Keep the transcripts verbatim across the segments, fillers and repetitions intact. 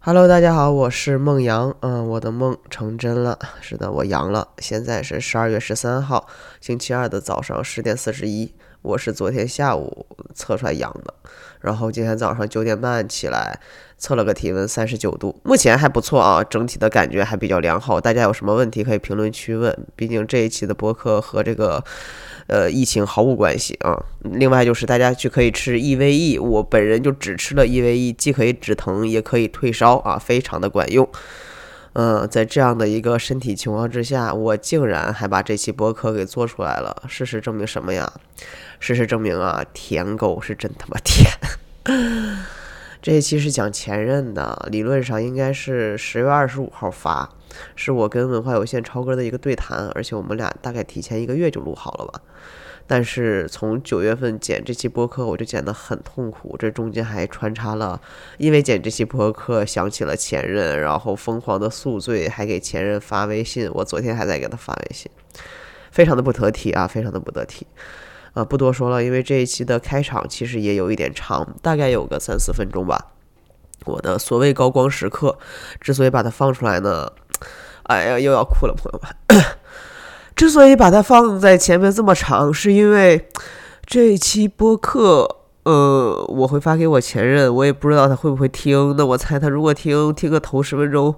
Hello， 大家好，我是孟阳。嗯，我的梦成真了。是的，我阳了。现在是十二月十三号，星期二的早上十点四十一。我是昨天下午测出来阳的，然后今天早上九点半起来测了个体温三十九度，目前还不错啊，整体的感觉还比较良好。大家有什么问题可以评论区问，毕竟这一期的播客和这个呃疫情毫无关系啊。另外就是大家去可以吃 E V E， 我本人就只吃了 E V E， 既可以止疼也可以退烧啊，非常的管用。嗯，在这样的一个身体情况之下，我竟然还把这期播客给做出来了。事实证明什么呀？事实证明啊，舔狗是真他妈舔。这一期是讲前任的，理论上应该是十月二十五号发，是我跟文化有限超哥的一个对谈，而且我们俩大概提前一个月就录好了吧。但是从九月份剪这期播客，我就剪得很痛苦，这中间还穿插了因为剪这期播客想起了前任，然后疯狂的宿醉，还给前任发微信，我昨天还在给他发微信，非常的不得体啊，非常的不得体。呃，不多说了，因为这一期的开场其实也有一点长，大概有个三四分钟吧。我的所谓高光时刻，之所以把它放出来呢，哎呀，又要哭了，朋友们。之所以把它放在前面这么长，是因为这一期播客，呃，我会发给我前任，我也不知道他会不会听。那我猜他如果听，听个头十分钟，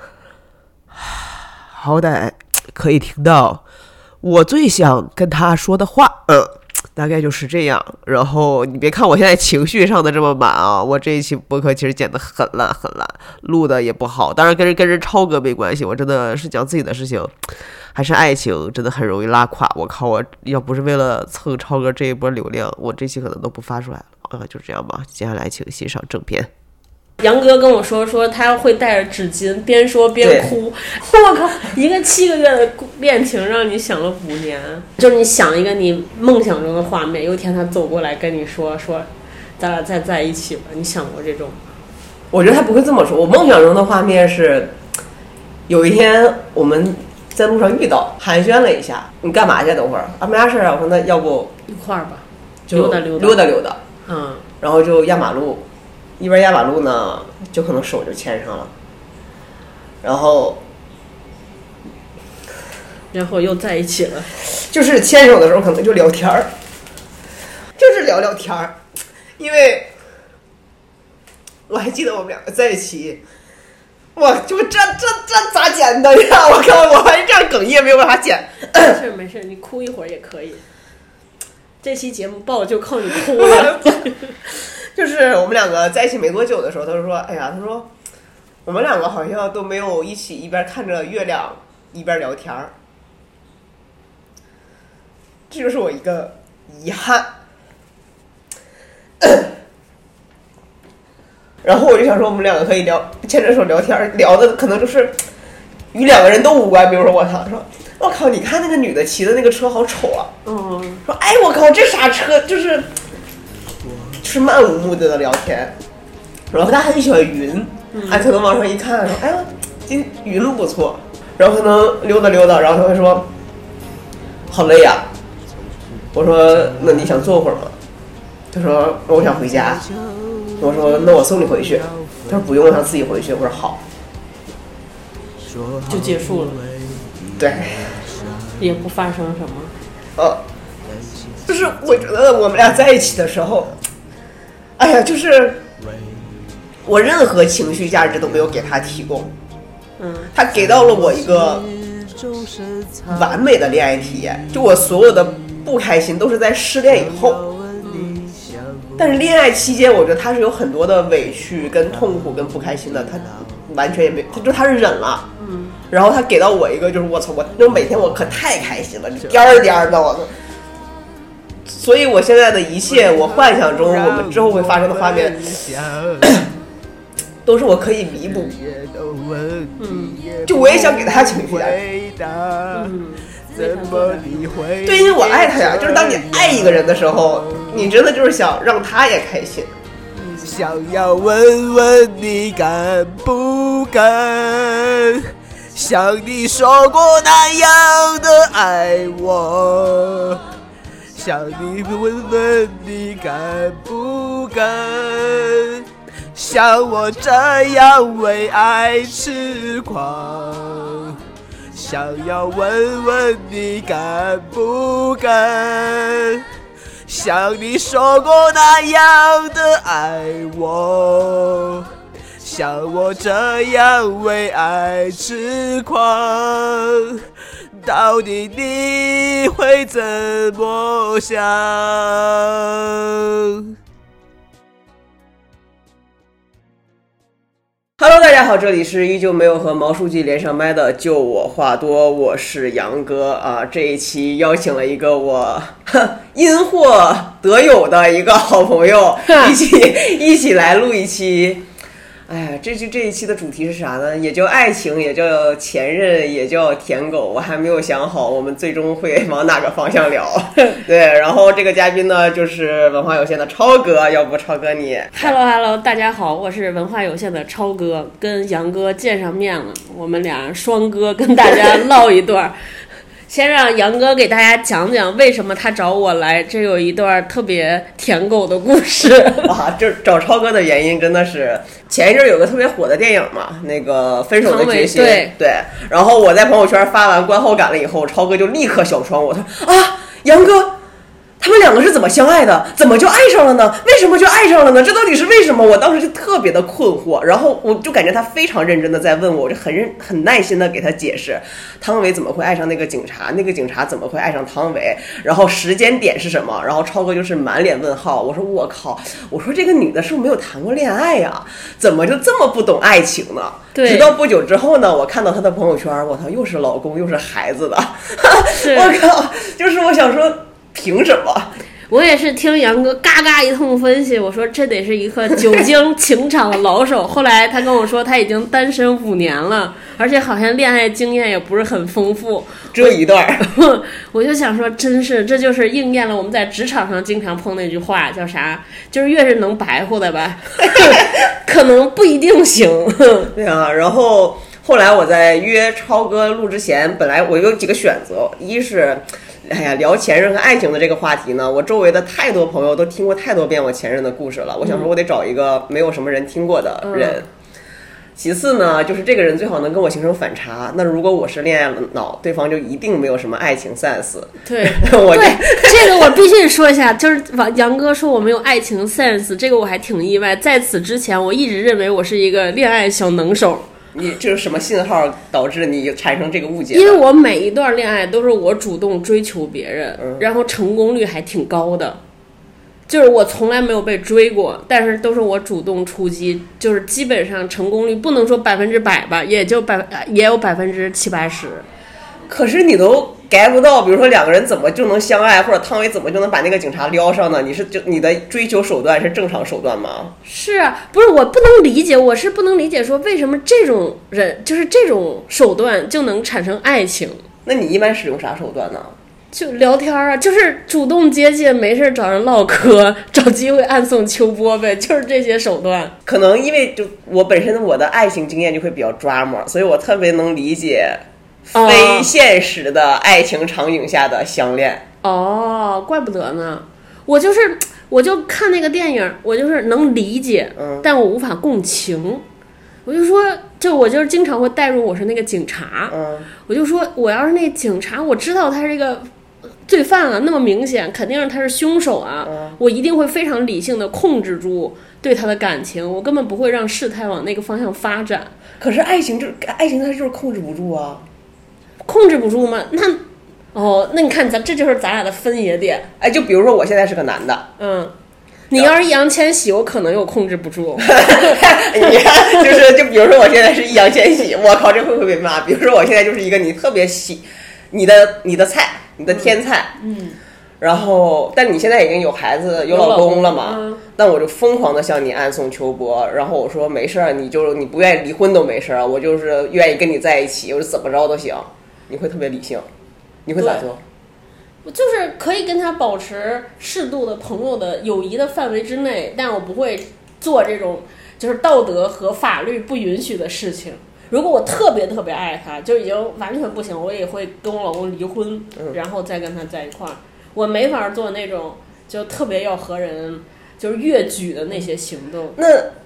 好歹可以听到我最想跟他说的话，嗯，大概就是这样。然后你别看我现在情绪上的这么满啊，我这一期播客其实剪得很烂很烂，录的也不好。当然跟人跟人超哥没关系，我真的是讲自己的事情。还是爱情真的很容易拉垮，我靠！我要不是为了蹭超哥这一波流量，我这期可能都不发出来了。啊，就这样吧，接下来请欣赏正片。 杨哥跟我说说他会带着纸巾边说边哭，我靠！一个七个月的恋情让你想了五年，就是你想一个你梦想中的画面，有一天他走过来跟你说说，咱俩再在一起吧。你想过这种？ 我觉得他不会这么说。我梦想中的画面是，有一天我们在路上遇到，寒暄了一下，你干嘛去？等会儿啊，没啥事啊。我说那要不一块儿吧， 就溜达溜达溜达溜达， 嗯， 然后就压马路，一边压马路呢，就可能手就牵上了，然后， 然后又在一起了。 就是牵手的时候可能就聊天儿，就是聊聊天儿，因为我还记得我们两个在一起。哇，就这这这咋剪的呀？我靠，我还这样哽咽，没有办法剪。 没事没事，你哭一会儿也可以。这期节目爆就靠你哭了。 就是我们两个在一起没多久的时候，他就说：“哎呀，他说我们两个好像都没有一起一边看着月亮一边聊天儿。”这就是我一个遗憾。然后我就想说，我们两个可以聊，牵着手聊天，聊的可能就是与两个人都无关。比如说我操，说我靠，你看那个女的骑的那个车好丑啊。 嗯。 说哎，我靠，这啥车？就是就是漫无目的的聊天。然后他很喜欢云，哎，可能往上一看，说哎呀，今云不错。然后可能溜达溜达，然后他会说好累呀。我说那你想坐会儿吗？他说我想回家。我说那我送你回去。他说不用，我想自己回去。我说好， 就结束了。 对， 也不发生什么。 呃，就是我觉得我们俩在一起的时候，哎呀，就是我任何情绪价值都没有给他提供。 嗯， 他给到了我一个完美的恋爱体验，就我所有的不开心都是在失恋以后。但是恋爱期间，我觉得他是有很多的委屈、跟痛苦、跟不开心的，他完全也没，他就他是忍了， 嗯， 然后他给到我一个，就是我操，我就每天我可太开心了，颠儿颠儿的，我，所以我现在的一切，我幻想中我们之后会发生的画面，都是我可以弥补， 嗯， 就我也想给他情绪价值， 嗯。 对，因为我爱他呀，就是当你爱一个人的时候，你真的就是想让他也开心。 想要问问你敢不敢像你说过那样的爱我，想你问问你敢不敢像我这样为爱痴狂，想要问问你敢不敢，像你说过那样的爱我，像我这样为爱痴狂，到底你会怎么想 ？Hello， 大家好，这里是依旧没有和毛书记连上麦的就我话多，我是杨哥啊。这一期邀请了一个我因祸得有的一个好朋友，一起一起来录一期。哎呀，这这这一期的主题是啥呢？也叫爱情，也叫前任，也叫舔狗，我还没有想好，我们最终会往哪个方向聊。对，然后这个嘉宾呢，就是文化有限的超哥，要不超哥你 ？Hello Hello， 大家好，我是文化有限的超哥，跟杨哥见上面了，我们俩双哥跟大家唠一段。先让杨哥给大家讲讲为什么他找我来，这有一段特别舔狗的故事。 哇，这找超哥的原因真的是前一阵有个特别火的电影嘛，那个《分手的决心》。 对对。然后我在朋友圈发完观后感了以后，超哥就立刻小窗我，他说啊，杨哥。他们两个是怎么相爱的？怎么就爱上了呢？为什么就爱上了呢？这到底是为什么？我当时就特别的困惑，然后我就感觉他非常认真的在问我，我就很认很耐心的给他解释，汤唯怎么会爱上那个警察？那个警察怎么会爱上汤唯？然后时间点是什么？然后超哥就是满脸问号。我说我靠，我说这个女的是不是没有谈过恋爱呀？怎么就这么不懂爱情呢？ 对。 直到不久之后呢，我看到她的朋友圈，我操，又是老公又是孩子的，我靠，就是我想说。凭什么？ 我也是听杨哥嘎嘎一通分析，我说这得是一个久经情场的老手。后来他跟我说他已经单身五年了，而且好像恋爱经验也不是很丰富。 这一段我就想说，真是这就是应验了我们在职场上经常碰那句话，叫啥？就是越是能白活的吧，可能不一定行。 对啊，然后后来我在约超哥录之前，本来我有几个选择，一是。哎呀，聊前任和爱情的这个话题呢，我周围的太多朋友都听过太多遍我前任的故事了。我想说，我得找一个没有什么人听过的人。嗯、其次呢，就是这个人最好能跟我形成反差。那如果我是恋爱脑，对方就一定没有什么爱情 sense。 对， 我对这个我必须说一下，就是杨哥说我没有爱情 sense， 这个我还挺意外。在此之前，我一直认为我是一个恋爱小能手。 你这是什么信号导致你产生这个误解？ 因为我每一段恋爱都是我主动追求别人，嗯、然后成功率还挺高的。就是我从来没有被追过，但是都是我主动出击，就是基本上成功率不能说百分之百吧，也就百也有百分之七八十。 可是你都 get 不到，比如说两个人怎么就能相爱，或者汤唯怎么就能把那个警察撩上呢？你是就你的追求手段是正常手段吗？ 是啊，不是我不能理解，我是不能理解说为什么这种人就是这种手段就能产生爱情。 那你一般使用啥手段呢？ 就聊天啊，就是主动接近，没事找人唠嗑，找机会暗送秋波呗，就是这些手段。 可能因为就我本身我的爱情经验就会比较抓嘛，所以我特别能理解非现实的爱情场景下的相恋。 哦，怪不得呢。我就是我就看那个电影，我就是能理解，嗯、但我无法共情。我就说，就我就是经常会带入我是那个警察，嗯、我就说我要是那警察，我知道他是一个罪犯了，那么明显，肯定是他是凶手啊，嗯、我一定会非常理性的控制住对他的感情，我根本不会让事态往那个方向发展。 可是爱情就爱情它就是控制不住啊。 控制不住吗？那哦，那你看咱这就是咱俩的分野点。 哎，就比如说我现在是个男的， 嗯，你要是易烊千玺，我可能又控制不住。 你看，就是就比如说我现在是易烊千玺，我靠，这会不会被骂？比如说我现在就是一个你特别喜，你的你的菜，你的天菜，嗯。嗯然后，但你现在已经有孩子、有老公了嘛？嗯、但我就疯狂的向你暗送秋波，然后我说没事儿，你就你不愿意离婚都没事儿，我就是愿意跟你在一起，我就怎么着都行。你会特别理性，你会咋做？ 我就是可以跟他保持适度的朋友的友谊的范围之内，但我不会做这种就是道德和法律不允许的事情。如果我特别特别爱他，就已经完全不行，我也会跟我老公离婚，嗯、然后再跟他在一块儿。我没法做那种就特别要和人就是越矩的那些行动。 那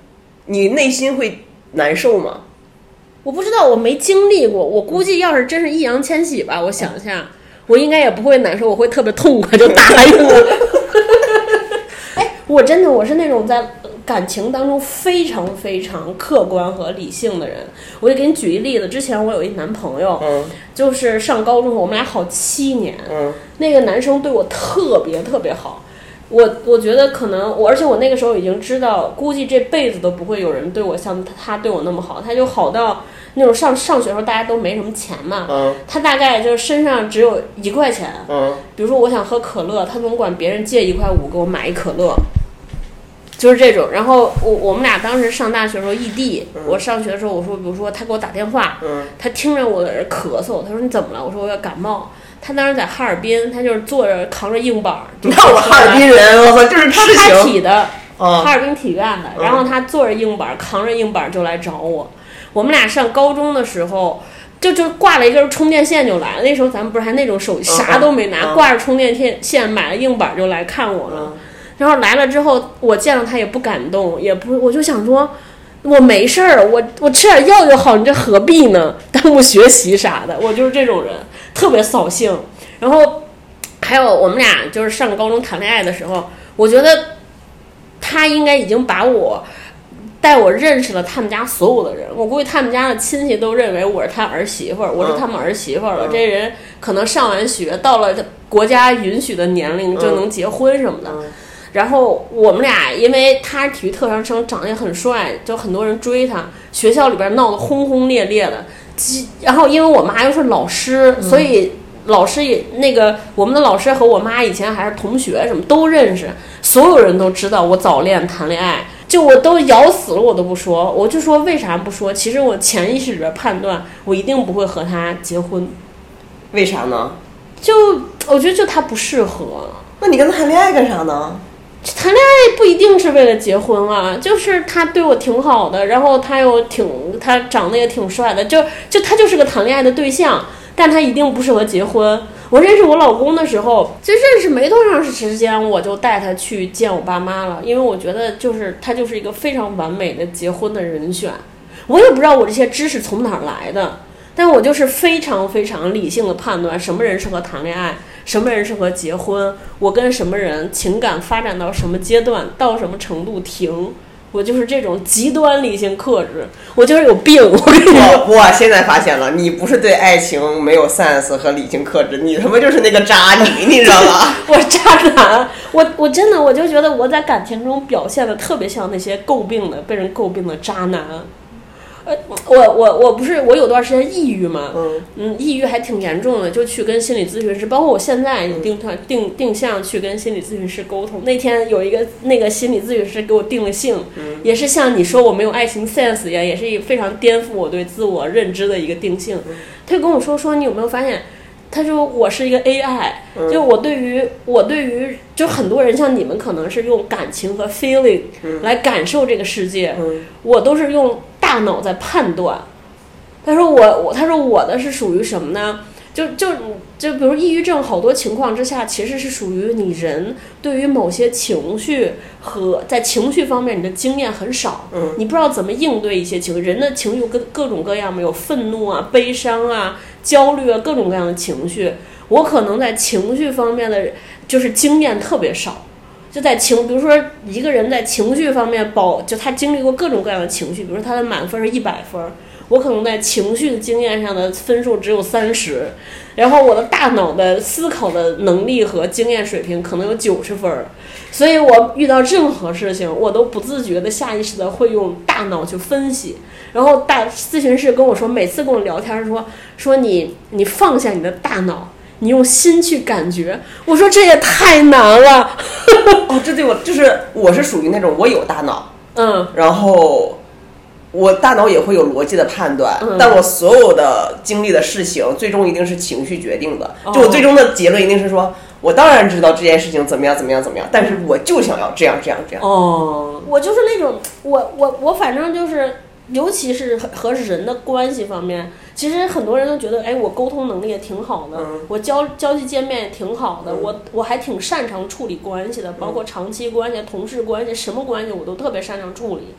你内心会难受吗？ 我不知道，我没经历过。我估计要是真是易烊千玺吧，我想想，我应该也不会难受，我会特别痛快就答应了。哎，我真的我是那种在感情当中非常非常客观和理性的人。我就给你举一例子，之前我有一男朋友， 嗯， 就是上高中我们俩好七年， 嗯， 那个男生对我特别特别好。我我觉得可能我，而且我那个时候已经知道，估计这辈子都不会有人对我像他对我那么好。他就好到那种上上学的时候大家都没什么钱嘛， 嗯， 他大概就身上只有一块钱， 嗯， 比如说我想喝可乐，他总管别人借一块五给我买一可乐，就是这种。然后我我们俩当时上大学的时候异地， 嗯， 我上学的时候我说，比如说他给我打电话， 嗯， 他听着我在这咳嗽，他说你怎么了？我说我要感冒。他当时在哈尔滨，他就是坐着扛着硬板， 你看我哈尔滨人，我操，就是痴情。 他体的， 哦， 哈尔滨体院的，然后他坐着硬板，扛着硬板就来找我。我们俩上高中的时候，就就挂了一根充电线就来了。那时候咱们不是还那种手机，啥都没拿，挂着充电线买了硬板就来看我了。然后来了之后，我见了他也不感动，也不，我就想说。我没事儿，我我吃点药就好，你这何必呢？耽误学习啥的，我就是这种人，特别扫兴。然后还有我们俩就是上高中谈恋爱的时候，我觉得他应该已经把我带我认识了他们家所有的人，我估计他们家的亲戚都认为我是他儿媳妇儿，我是他们儿媳妇儿了。嗯、这人可能上完学到了国家允许的年龄就能结婚什么的。嗯嗯，然后我们俩，因为他是体育特长生，长得也很帅，就很多人追他，学校里边闹得轰轰烈烈的。然后因为我妈又是老师，所以老师也那个我们的老师和我妈以前还是同学，什么都认识，所有人都知道我早恋谈恋爱，就我都咬死了我都不说，我就说为啥不说？其实我潜意识里边判断，我一定不会和他结婚。 为啥呢？ 就我觉得就他不适合。 那你跟他谈恋爱干啥呢？ 谈恋爱不一定是为了结婚啊，就是他对我挺好的，然后他又挺他长得也挺帅的，就就他就是个谈恋爱的对象，但他一定不适合结婚。我认识我老公的时候，就认识没多长时间，我就带他去见我爸妈了，因为我觉得就是他就是一个非常完美的结婚的人选。我也不知道我这些知识从哪儿来的，但我就是非常非常理性的判断什么人适合谈恋爱，什么人适合结婚，我跟什么人情感发展到什么阶段，到什么程度停，我就是这种极端理性克制，我就是有病。 我我现在发现了，你不是对爱情没有 sense 和理性克制，你他妈就是那个渣女，你知道吗？ 我渣男，我我真的我就觉得我在感情中表现的特别像那些诟病的被人诟病的渣男。呃，我我我不是我有段时间抑郁嘛，嗯嗯，抑郁还挺严重的，就去跟心理咨询师，包括我现在有定团定定向去跟心理咨询师沟通。那天有一个那个心理咨询师给我定了性，嗯，也是像你说我没有爱情 sense 一样，也是一个非常颠覆我对自我认知的一个定性。嗯、他就跟我说说你有没有发现？他说我是一个 A I，、嗯、就我对于我对于就很多人像你们可能是用感情和 feeling 来感受这个世界，嗯、我都是用大脑在判断。他说我我他说我的是属于什么呢？就就就比如抑郁症，好多情况之下其实是属于你人对于某些情绪和在情绪方面你的经验很少，嗯，你不知道怎么应对一些情绪。人的情绪各各种各样，有愤怒啊、悲伤啊、焦虑啊，各种各样的情绪。我可能在情绪方面的就是经验特别少，就在情，比如说一个人在情绪方面保，就他经历过各种各样的情绪，比如说他的满分是一百分。我可能在情绪的经验上的分数只有三十，然后我的大脑的思考的能力和经验水平可能有九十分，所以我遇到任何事情，我都不自觉的下意识的会用大脑去分析。然后大咨询师跟我说，每次跟我聊天说说你你放下你的大脑，你用心去感觉。我说这也太难了。 哦，这对我就是我是属于那种我有大脑， 嗯， 然后。我大脑也会有逻辑的判断， 嗯、 但我所有的经历的事情最终一定是情绪决定的，就我最终的结论一定是说，我当然知道这件事情怎么样怎么样怎么样，但是我就想要这样这样这样。 哦，我就是那种我我我反正就是尤其是和人的关系方面，其实很多人都觉得，哎，我沟通能力也挺好的，嗯、我交交际见面也挺好的，嗯、我我还挺擅长处理关系的，包括长期关系、同事关系，什么关系我都特别擅长处理。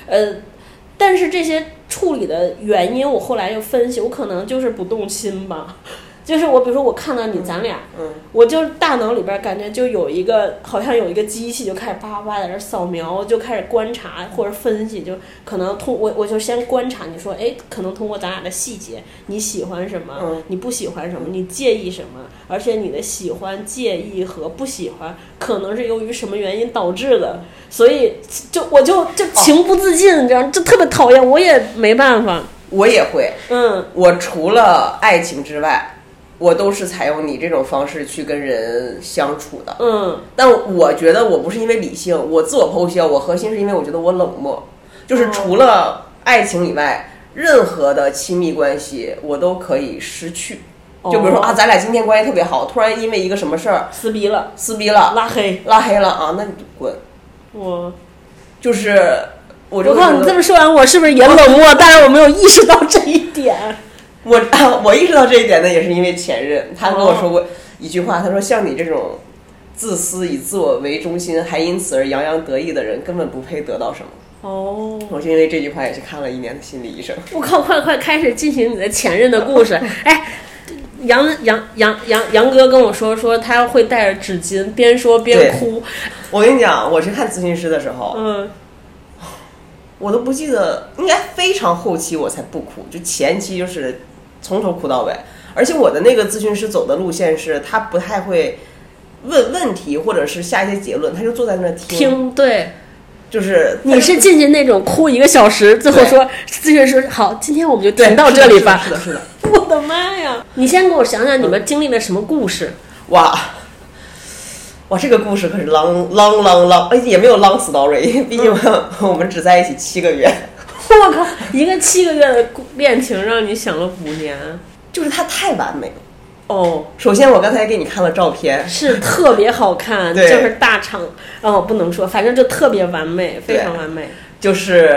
呃，但是这些处理的原因，我后来又分析，我可能就是不动心吧。就是我，比如说我看到你咱俩， 嗯， 我就大脑里边感觉就有一个，好像有一个机器就开始叭叭叭在这扫描，就开始观察或者分析，就可能通我我就先观察，你说，哎，可能通过咱俩的细节，你喜欢什么， 嗯， 你不喜欢什么，你介意什么，而且你的喜欢、介意和不喜欢，可能是由于什么原因导致的，所以就我就就情不自禁，你知道，就特别讨厌，我也没办法。 我也会， 嗯， 我除了爱情之外。我都是采用你这种方式去跟人相处的， 嗯， 但我觉得我不是因为理性，我自我剖析，我核心是因为我觉得我冷漠，就是除了爱情以外，任何的亲密关系我都可以失去。就比如说啊，咱俩今天关系特别好，突然因为一个什么事儿撕逼了， 撕逼了， 拉黑， 拉黑了啊，那你滚！ 我就是我就我靠，你这么说完，我是不是也冷漠？但是我没有意识到这一点。 我啊，我意识到这一点呢，也是因为前任，他跟我说过一句话，他说像你这种自私以自我为中心，还因此而洋洋得意的人，根本不配得到什么。 哦， 我就因为这句话也去看了一年的心理医生。 我靠，快快开始进行你的前任的故事。哎，杨杨杨杨杨哥跟我说说他会带着纸巾边说边哭。 我跟你讲，我去看咨询师的时候， 嗯。 我都不记得，应该非常后期我才不哭，就前期就是从头哭到尾。而且我的那个咨询师走的路线是，他不太会问问题或者是下一些结论，他就坐在那听。 听，对， 就是你是进去那种哭一个小时，最后说咨询师好，今天我们就停到这里吧。 是的，是的， 是的。我的妈呀！你先给我想想你们经历了什么故事？ 哇！哇，这个故事可是 long long long long， 哎，也没有 long story， 毕竟我们只在一起七个月。 我靠，一个七个月的恋情让你想了五年， 就是它太完美了。 哦， 首先我刚才给你看了照片， 是特别好看，就是大场，哦，不能说，反正就特别完美，非常完美。 就是，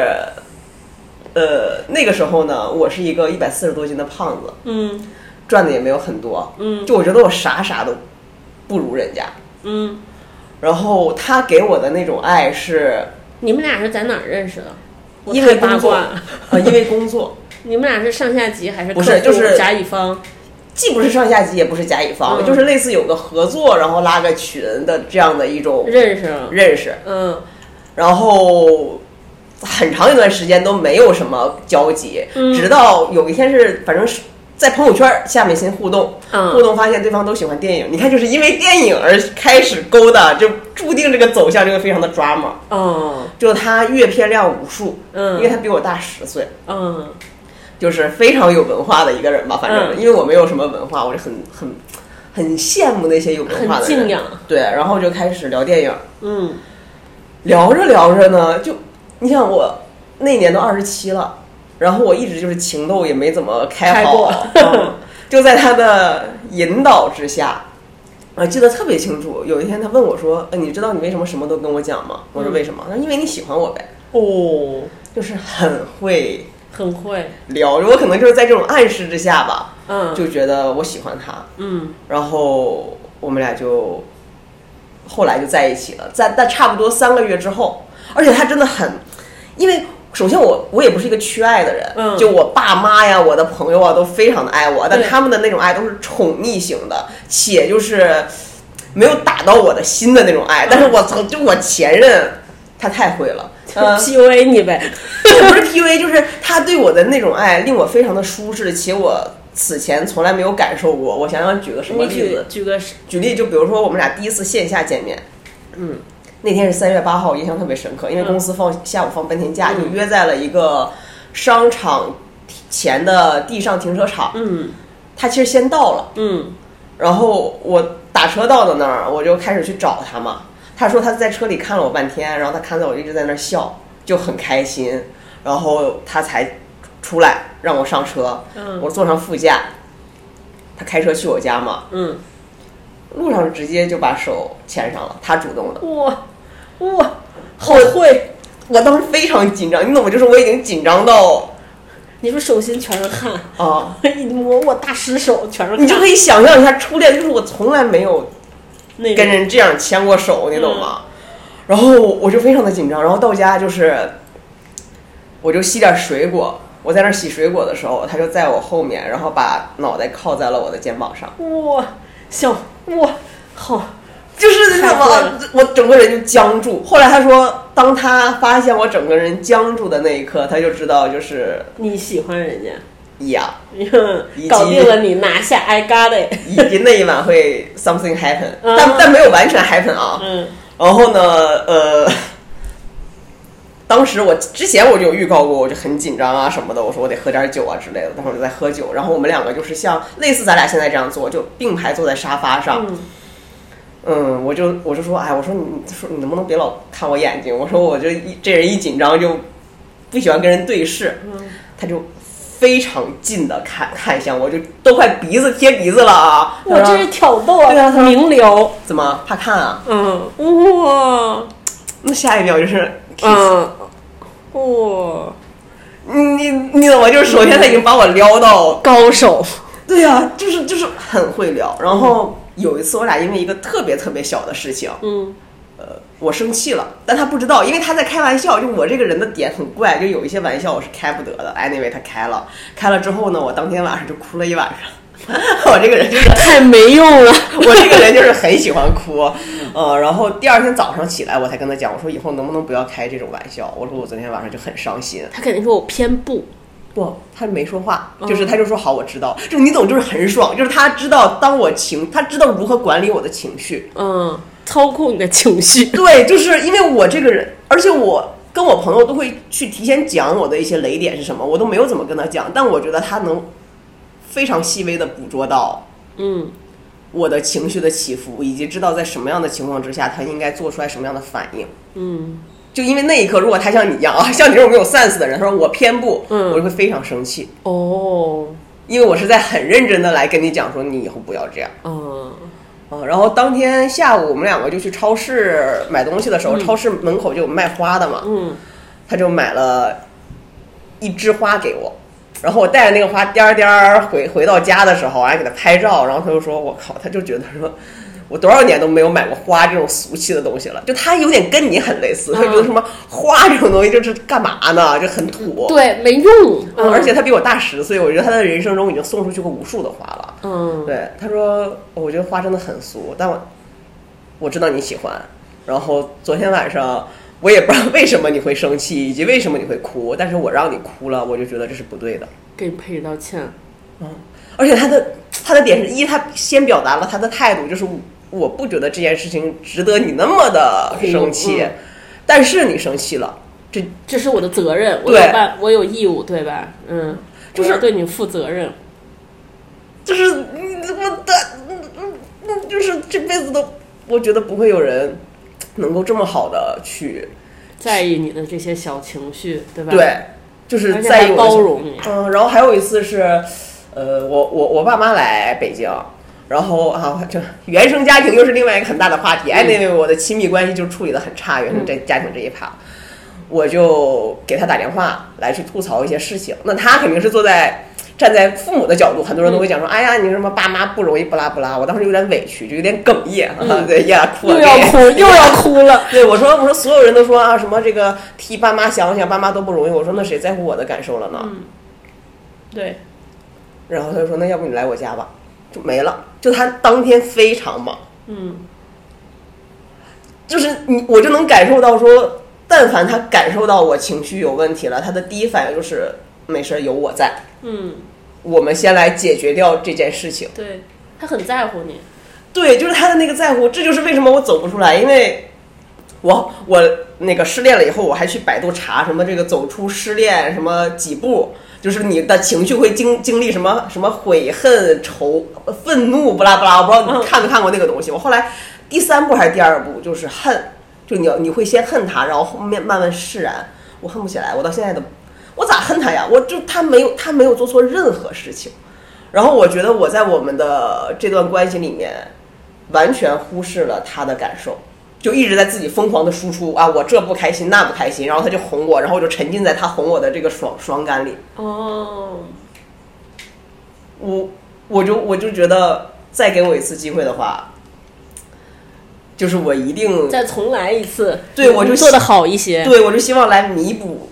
呃，那个时候呢，我是一个一百四十多斤的胖子， 嗯， 赚的也没有很多， 嗯， 就我觉得我啥啥都不如人家。 嗯， 然后他给我的那种爱是， 你们俩是在哪儿认识的？ 因为工作啊、呃，因为工作。 你们俩是上下级还是不是？就是甲乙方， 既不是上下级，也不是甲乙方，嗯、就是类似有个合作，然后拉个群的这样的一种认识了， 认识。 嗯， 然后很长一段时间都没有什么交集， 嗯、 直到有一天是，反正是。在朋友圈下面先互动， 嗯、 互动发现对方都喜欢电影，你看就是因为电影而开始勾搭，就注定这个走向就会非常的 drama。 哦， 就他阅片量无数， 嗯， 因为他比我大十岁， 嗯， 就是非常有文化的一个人吧，反正、 嗯、 因为我没有什么文化，我就很很很羡慕那些有文化的人， 很敬仰。 对，然后就开始聊电影， 嗯， 聊着聊着呢，就你想我那年都二十七了。然后我一直就是情窦也没怎么开好， 开嗯、就在他的引导之下，我记得特别清楚。有一天他问我说：“呃，你知道你为什么什么都跟我讲吗？”我说：“为什么？”他说：“因为你喜欢我呗。” 哦， 就是很会， 很会聊。我可能就是在这种暗示之下吧， 嗯， 就觉得我喜欢他， 嗯， 然后我们俩就后来就在一起了。在在差不多三个月之后，而且他真的很，因为。首先我我也不是一个缺爱的人， 嗯， 就我爸妈呀，我的朋友啊，都非常的爱我，但他们的那种爱都是宠溺型的，且就是没有打到我的心的那种爱。嗯、但是我操，就我前任，他太会了， 呃 P U A 你呗， 也不是 P U A， 就是他对我的那种爱令我非常的舒适，且我此前从来没有感受过。我想想举个什么例子？ 举, 举个举例，就比如说我们俩第一次线下见面，嗯。那天是三月八号，印象特别深刻，因为公司放、嗯、下午放半天假，就约在了一个商场前的地上停车场。 嗯， 他其实先到了， 嗯， 然后我打车到的那儿，我就开始去找他嘛。他说他在车里看了我半天，然后他看到我一直在那儿笑，就很开心，然后他才出来让我上车。 嗯， 我坐上副驾，他开车去我家嘛。 嗯。 路上直接就把手牵上了，他主动的。 哇哇，好会！ 我当时非常紧张，你懂吗？就是我已经紧张到， 你说手心全是汗啊！ 一摸我大湿手全是汗， 你就可以想象一下初恋，就是我从来没有跟人这样牵过手，你懂吗？嗯、然后我就非常的紧张，然后到家就是我就洗点水果。我在那儿洗水果的时候，他就在我后面，然后把脑袋靠在了我的肩膀上。 哇，小哇，好， 就是什么，我整个人就僵住。后来他说，当他发现我整个人僵住的那一刻，他就知道就是你喜欢人家。 呀、 yeah, 搞定了你，拿下 I got it， 以及那一晚会 something happen，、嗯、但但没有完全 happen 啊。 嗯， 然后呢，呃，当时我之前我就有预告过，我就很紧张啊什么的，我说我得喝点酒啊之类的，当时我就在喝酒。然后我们两个就是像类似咱俩现在这样做，就并排坐在沙发上。 嗯， 嗯我就我就说，哎，我说你说你能不能别老看我眼睛？我说我就一这人一紧张就不喜欢跟人对视。 嗯， 他就非常近的看看向我，就都快鼻子贴鼻子了啊！ 我这是挑逗啊！ 对啊， 明聊怎么怕看啊？ 嗯，哇， 那下一秒就是嗯，哇， 你你怎么就是首先他已经把我撩到高手？ 对啊，就是就是很会撩。然后有一次我俩因为一个特别特别小的事情， 嗯。 呃，我生气了，但他不知道，因为他在开玩笑。就我这个人的点很怪，就有一些玩笑我是开不得的。anyway， 他开了，开了之后呢，我当天晚上就哭了一晚上。我这个人就是太没用了， 我这个人就是很喜欢哭。呃，然后第二天早上起来，我才跟他讲，我说以后能不能不要开这种玩笑？我说我昨天晚上就很伤心。 他肯定说我偏不。 不，他没说话，就是他就说好，我知道。就你懂，就是很爽，就是他知道当我情，他知道如何管理我的情绪。 嗯。操控你的情绪， 对，就是因为我这个人，而且我跟我朋友都会去提前讲我的一些雷点是什么，我都没有怎么跟他讲，但我觉得他能非常细微的捕捉到， 嗯， 我的情绪的起伏，以及知道在什么样的情况之下他应该做出来什么样的反应， 嗯， 就因为那一刻，如果他像你一样啊，像你这种没有 sense 的人，他说我偏不， 嗯， 我就会非常生气， 哦， 因为我是在很认真的来跟你讲说，你以后不要这样， 嗯。 嗯，然后当天下午我们两个就去超市买东西的时候，嗯、超市门口就有卖花的嘛， 嗯， 他就买了一枝花给我，然后我带着那个花颠颠回回到家的时候，还给他拍照，然后他就说，我靠，他就觉得说，我多少年都没有买过花这种俗气的东西了，就他有点跟你很类似，他觉得什么花这种东西就是干嘛呢，就很土， 对，没用， 嗯，而且他比我大十岁，我觉得他的人生中已经送出去过无数的花了。 嗯， 对，他说我觉得花真的很俗，但我我知道你喜欢。然后昨天晚上我也不知道为什么你会生气，以及为什么你会哭，但是我让你哭了，我就觉得这是不对的， 给你赔礼道歉。 嗯，而且他的他的点是一，他先表达了他的态度，就是我不觉得这件事情值得你那么的生气，嗯、但是你生气了，这这是我的责任，我有办，我有义务，对吧？嗯， 就是我要对你负责任。 就是你怎么的，嗯嗯嗯，就是这辈子都，我觉得不会有人能够这么好的去在意你的这些小情绪，对吧？ 对，就是在意我包容你。 嗯，然后还有一次是，呃，我我我爸妈来北京，然后啊，这原生家庭又是另外一个很大的话题。哎、嗯，因为我的亲密关系就处理得很差，原生这家庭这一趴，我就给他打电话来去吐槽一些事情。那他肯定是坐在。站在父母的角度，很多人都会讲说：“嗯、哎呀，你什么爸妈不容易，不拉不拉。”我当时有点委屈，就有点哽咽，嗯啊、对呀，哭了， 又要哭，又要哭了。 对，我说，我说，所有人都说啊，什么这个替爸妈想想，爸妈都不容易。我说，那谁在乎我的感受了呢？ 嗯，对。 然后他就说：“那要不你来我家吧。”就没了。就他当天非常忙， 嗯， 就是你，我就能感受到说，但凡他感受到我情绪有问题了，他的第一反应就是没事，有我在。 嗯， 我们先来解决掉这件事情。 对，他很在乎你。 对，就是他的那个在乎，这就是为什么我走不出来，因为我我那个失恋了以后，我还去百度查什么这个走出失恋什么几步，就是你的情绪会经经历什么什么悔恨、愁、愤怒，不拉不拉，我不知道你看没看过那个东西。我后来第三步还是第二步就是恨，就你要你会先恨他，然后后面慢慢释然。我恨不起来，我到现在的。我咋恨他呀？我就他没有他没有做错任何事情，然后我觉得我在我们的这段关系里面完全忽视了他的感受，就一直在自己疯狂的输出啊，我这不开心那不开心，然后他就哄我，然后我就沉浸在他哄我的这个爽爽感里。 哦， 我我就我就觉得再给我一次机会的话，就是我一定再重来一次， 对我就做得好一些。 对，我就希望来弥补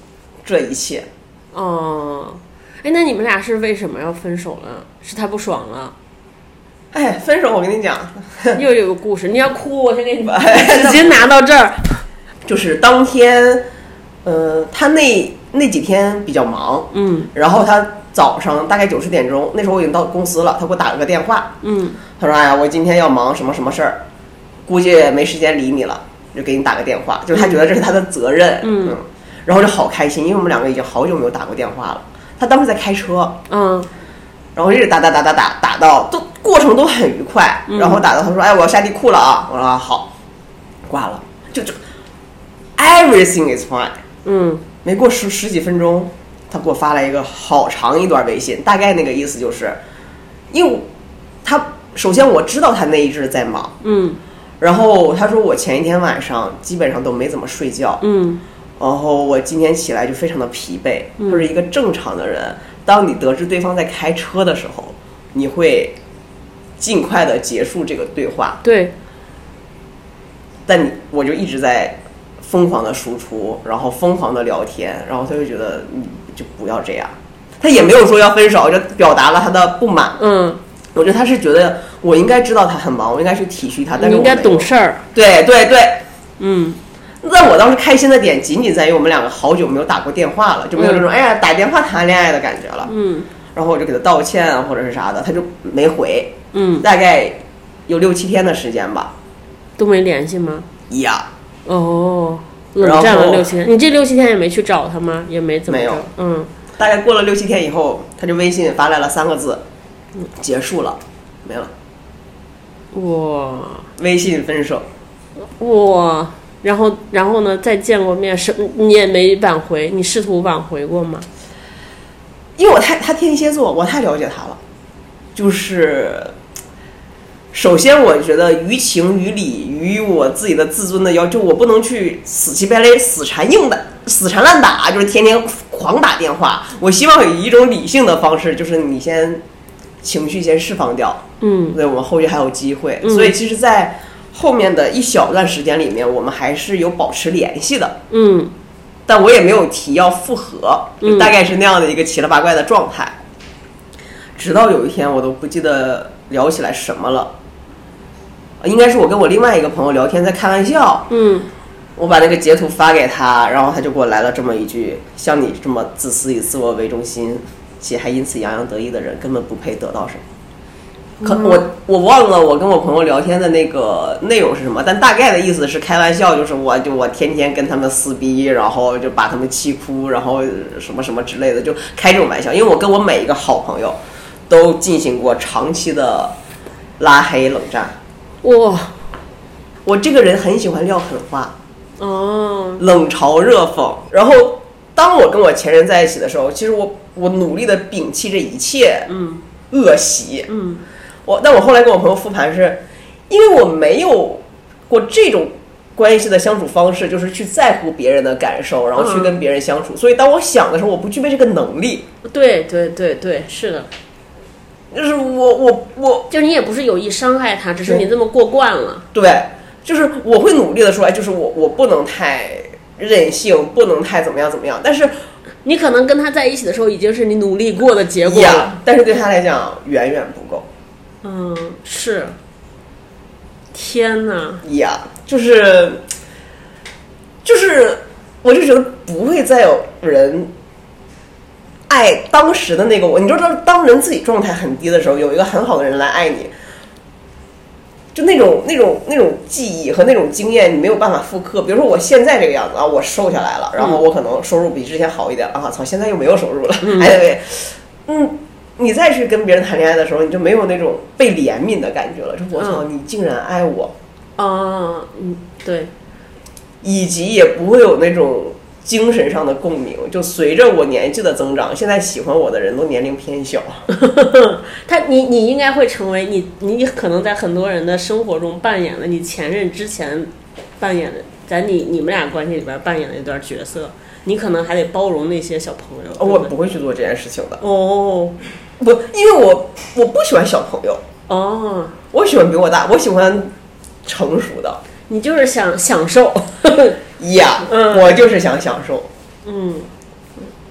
这一切。 哦，哎，那你们俩是为什么要分手了？是他不爽了？ 哎，分手我跟你讲， 又有个故事，你要哭，我先给你纸巾拿到这儿。 就是当天，呃，他那那几天比较忙， 嗯， 然后他早上大概九十点钟，那时候我已经到公司了，他给我打了个电话， 嗯， 他说：“哎呀，我今天要忙什么什么事儿，估计没时间理你了，就给你打个电话。”就是他觉得这是他的责任， 嗯， 嗯，然后就好开心，因为我们两个已经好久没有打过电话了。他当时在开车， 嗯， 然后一直打打打打打打到都过程都很愉快，然后打到他说：“哎，我要下地库了啊！”我说：“啊好。”挂了，就就 everything is fine。 嗯， 没过十十几分钟，他给我发了一个好长一段微信，大概那个意思就是，因为他首先我知道他那一阵在忙， 嗯， 然后他说我前一天晚上基本上都没怎么睡觉， 嗯， 然后我今天起来就非常的疲惫。他是一个正常的人，当你得知对方在开车的时候，你会尽快的结束这个对话， 对， 但你我就一直在疯狂的输出，然后疯狂的聊天，然后他就觉得你就不要这样，他也没有说要分手，就表达了他的不满。 嗯， 我觉得他是觉得我应该知道他很忙，我应该去体恤他，但是你应该懂事儿。 对对对， 嗯。 但我当时开心的点仅仅在于我们两个好久没有打过电话了，就没有这种、嗯、哎呀打电话谈恋爱的感觉了。 嗯， 然后我就给他道歉啊或者是啥的，他就没回。 嗯， 大概有六七天的时间吧。 都没联系吗？ 呀。 哦，冷战了六七天。你这六七天也没去找他吗？也没怎么着。没有。嗯。 大概过了六七天以后，他就微信发来了三个字：结束了，没了。 哇！ 微信分手。 哇！然后，然后呢？再见过面，是你也没挽回，你试图挽回过吗？ 因为我太他天蝎座，我太了解他了。就是，首先我觉得于情于理于我自己的自尊的要求，我不能去死乞白赖、死缠硬打、死缠烂打，就是天天狂打电话。我希望以一种理性的方式，就是你先情绪先释放掉， 嗯， 对我们后续还有机会。 嗯、 所以其实，在后面的一小段时间里面，我们还是有保持联系的， 嗯， 但我也没有提要复合，就大概是那样的一个七了八怪的状态。嗯、直到有一天，我都不记得聊起来什么了，应该是我跟我另外一个朋友聊天在开玩笑， 嗯， 我把那个截图发给他，然后他就给我来了这么一句：像你这么自私以自我为中心且还因此洋洋得意的人，根本不配得到什么。可我我忘了我跟我朋友聊天的那个内容是什么，但大概的意思是开玩笑，就是我就我天天跟他们撕逼，然后就把他们气哭，然后什么什么之类的，就开这种玩笑。因为我跟我每一个好朋友都进行过长期的拉黑冷战。 哇， 我这个人很喜欢撂狠话， 哦， 冷嘲热讽。然后当我跟我前任在一起的时候，其实我我努力的摒弃这一切， 嗯， 恶习， 嗯。 我，但我后来跟我朋友复盘是，因为我没有过这种关系的相处方式，就是去在乎别人的感受，然后去跟别人相处。嗯、所以当我想的时候，我不具备这个能力。 对对对对，是的。 就是我我我， 就你也不是有意伤害他，只是你这么过惯了。 对，就是我会努力的说，哎，就是我我不能太任性，不能太怎么样怎么样。但是你可能跟他在一起的时候，已经是你努力过的结果了， 但是对他来讲远远不够。 嗯，是。天哪！ 呀，就是就是，我就觉得不会再有人爱当时的那个我。你知道，当人自己状态很低的时候，有一个很好的人来爱你，就那种那种那种记忆和那种经验，你没有办法复刻。比如说我现在这个样子啊，我瘦下来了，然后我可能收入比之前好一点啊，操，现在又没有收入了， 嗯、 哎对，嗯。你再去跟别人谈恋爱的时候，你就没有那种被怜悯的感觉了。就我操，你竟然爱我， 啊，嗯，对， 以及也不会有那种精神上的共鸣。就随着我年纪的增长，现在喜欢我的人都年龄偏小。 他，你你应该会成为你，你可能在很多人的生活中扮演了你前任之前扮演的，在你你们俩关系里边扮演的一段角色。你可能还得包容那些小朋友。 哦、我不会去做这件事情的。 哦， 不，因为我我不喜欢小朋友。 哦， 我喜欢比我大，我喜欢成熟的。 你就是想享受。 呀、yeah, 嗯，我就是想享受。 嗯，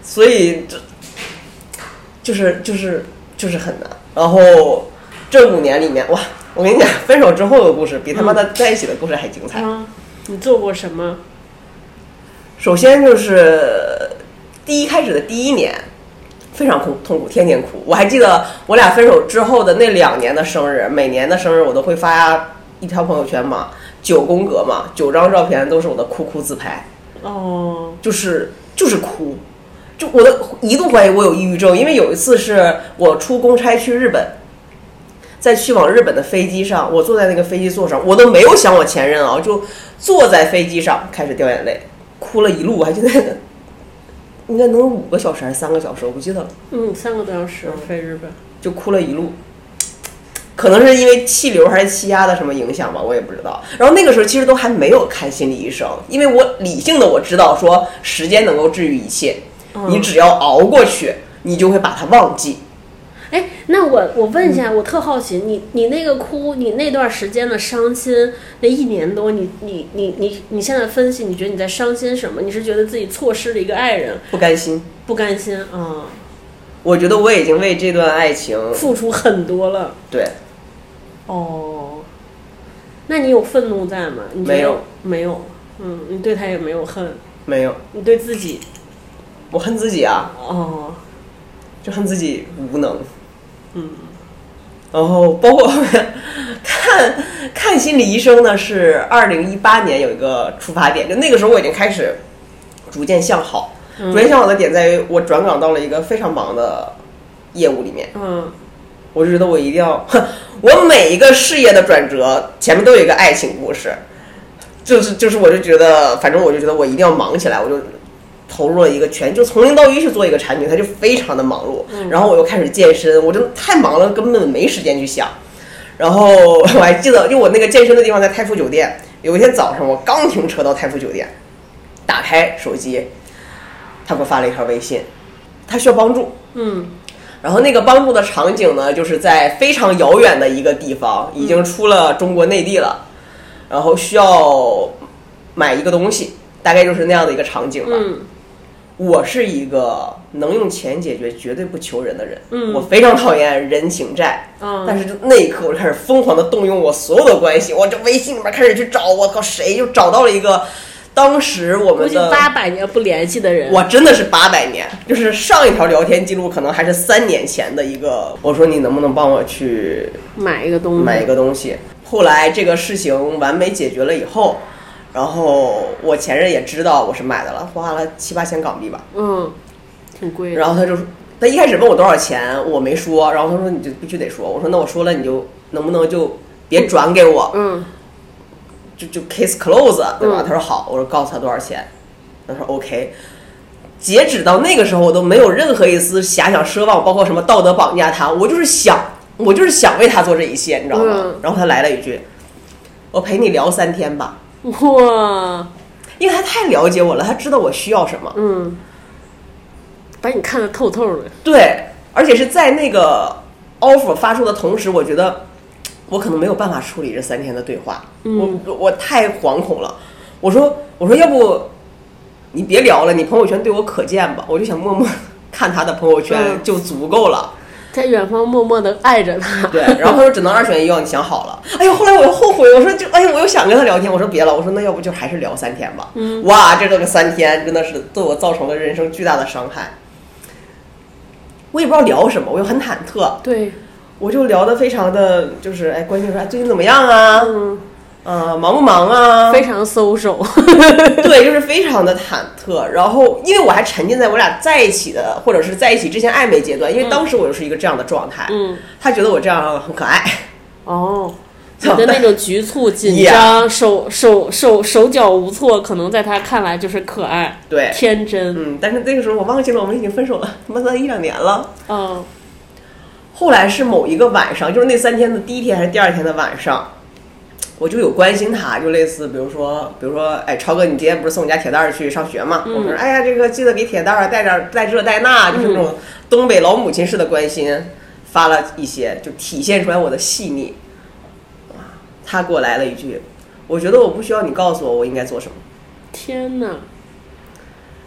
所以这就是就是就是很难。然后这五年里面，哇，我跟你讲，分手之后的故事比他妈的在一起的故事还精彩。 嗯，你做过什么？ 首先就是第一开始的第一年。非常痛痛苦，天天哭。我还记得我俩分手之后的那两年的生日，每年的生日我都会发一条朋友圈嘛，九宫格嘛，九张照片都是我的哭哭自拍。 哦， 就是就是哭，就我的一度怀疑我有抑郁症，因为有一次是我出公差去日本，在去往日本的飞机上，我坐在那个飞机座上，我都没有想我前任啊，就坐在飞机上开始掉眼泪，哭了一路，我还记得。应该能五个小时还是三个小时，我不记得了。 嗯，三个多小时飞日本， 就哭了一路。可能是因为气流还是气压的什么影响吧，我也不知道。然后那个时候其实都还没有看心理医生，因为我理性的我知道说时间能够治愈一切，嗯、你只要熬过去，你就会把它忘记。 哎，那我我问一下，我特好奇，你你那个哭，你那段时间的伤心，那一年多，你你你你你现在分析，你觉得你在伤心什么？你是觉得自己错失了一个爱人， 不甘心， 不甘心啊、嗯？ 我觉得我已经为这段爱情付出很多了。 对。 哦，那你有愤怒在吗？你没有， 没有。嗯，你对他也没有恨。 没有。 你对自己？ 我恨自己啊。 哦。 就恨自己无能。 嗯， 然后包括后面看看心理医生呢，是二零一八年有一个出发点，就那个时候我已经开始逐渐向好， 嗯、 逐渐向好的点在于我转岗到了一个非常忙的业务里面。 嗯， 我就觉得我一定要，我每一个事业的转折前面都有一个爱情故事，就是就是我就觉得，反正我就觉得我一定要忙起来，我就。投入了一个全就从零到一去做一个产品，它就非常的忙碌。 嗯、 然后我又开始健身，我真的太忙了，根本没时间去想。然后我还记得，就我那个健身的地方在太傅酒店。有一天早上，我刚停车到太傅酒店，打开手机，他给我发了一条微信，他需要帮助。 嗯。 然后那个帮助的场景呢，就是在非常遥远的一个地方，已经出了中国内地了，然后需要买一个东西，大概就是那样的一个场景吧。 嗯。 我是一个能用钱解决绝对不求人的人， 嗯， 我非常讨厌人情债， 嗯， 但是那一刻我就开始疯狂的动用我所有的关系，我这微信里面开始去找，我靠，谁就找到了一个，当时我们的八百年不联系的人， 我真的是八百年，就是上一条聊天记录可能还是三年前的一个，我说你能不能帮我去买一个东西， 买一个东西，后来这个事情完美解决了以后。然后我前任也知道我是买的了，花了七八千港币吧， 嗯，挺贵的。 然后他就他一开始问我多少钱，我没说，然后他说你就必须得说，我说那我说了你就能不能就别转给我， 嗯， 就就 case close 对吧？ 嗯、 他说好，我说告诉他多少钱，他说 OK。截止到那个时候，我都没有任何一丝遐想奢望，包括什么道德绑架他，我就是想，我就是想为他做这一切，你知道吗？ 嗯、 然后他来了一句，我陪你聊三天吧。 哇， 因为他太了解我了，他知道我需要什么， 嗯，把你看得透透的。 对，而且是在那个 offer 发出的同时，我觉得我可能没有办法处理这三天的对话， 嗯， 我我太惶恐了。我说我说要不你别聊了，你朋友圈对我可见吧，我就想默默看他的朋友圈就足够了。 嗯，在远方默默地爱着他。 对，然后他说只能二选一哦，你想好了。哎呦，后来我又后悔，我说就哎呦，我又想跟他聊天，我说别了，我说那要不就还是聊三天吧。 嗯， 哇，这这个三天真的是对我造成了人生巨大的伤害。我也不知道聊什么，我又很忐忑。 对， 我就聊得非常的就是哎，关心说哎最近怎么样啊？ 嗯。 呃，忙不忙啊？ 非常搜手， 对，就是非常的忐忑。然后，因为我还沉浸在我俩在一起的，或者是在一起之前暧昧阶段，因为当时我就是一个这样的状态。 嗯， 他觉得我这样很可爱。 哦，你的那种局促、紧张、手手手手脚无措，可能在他看来就是可爱， 对， 天真。 嗯，但是那个时候我忘记了，我们已经分手了，他妈的一两年了。 嗯， 后来是某一个晚上，就是那三天的第一天还是第二天的晚上。我就有关心他，就类似比如说比如说哎，超哥你今天不是送你家铁蛋儿去上学吗？ 嗯、 我说哎呀这个记得给铁蛋儿带点带这带那，就是那种东北老母亲式的关心，发了一些就体现出来我的细腻。他给我来了一句，我觉得我不需要你告诉我我应该做什么。 天哪，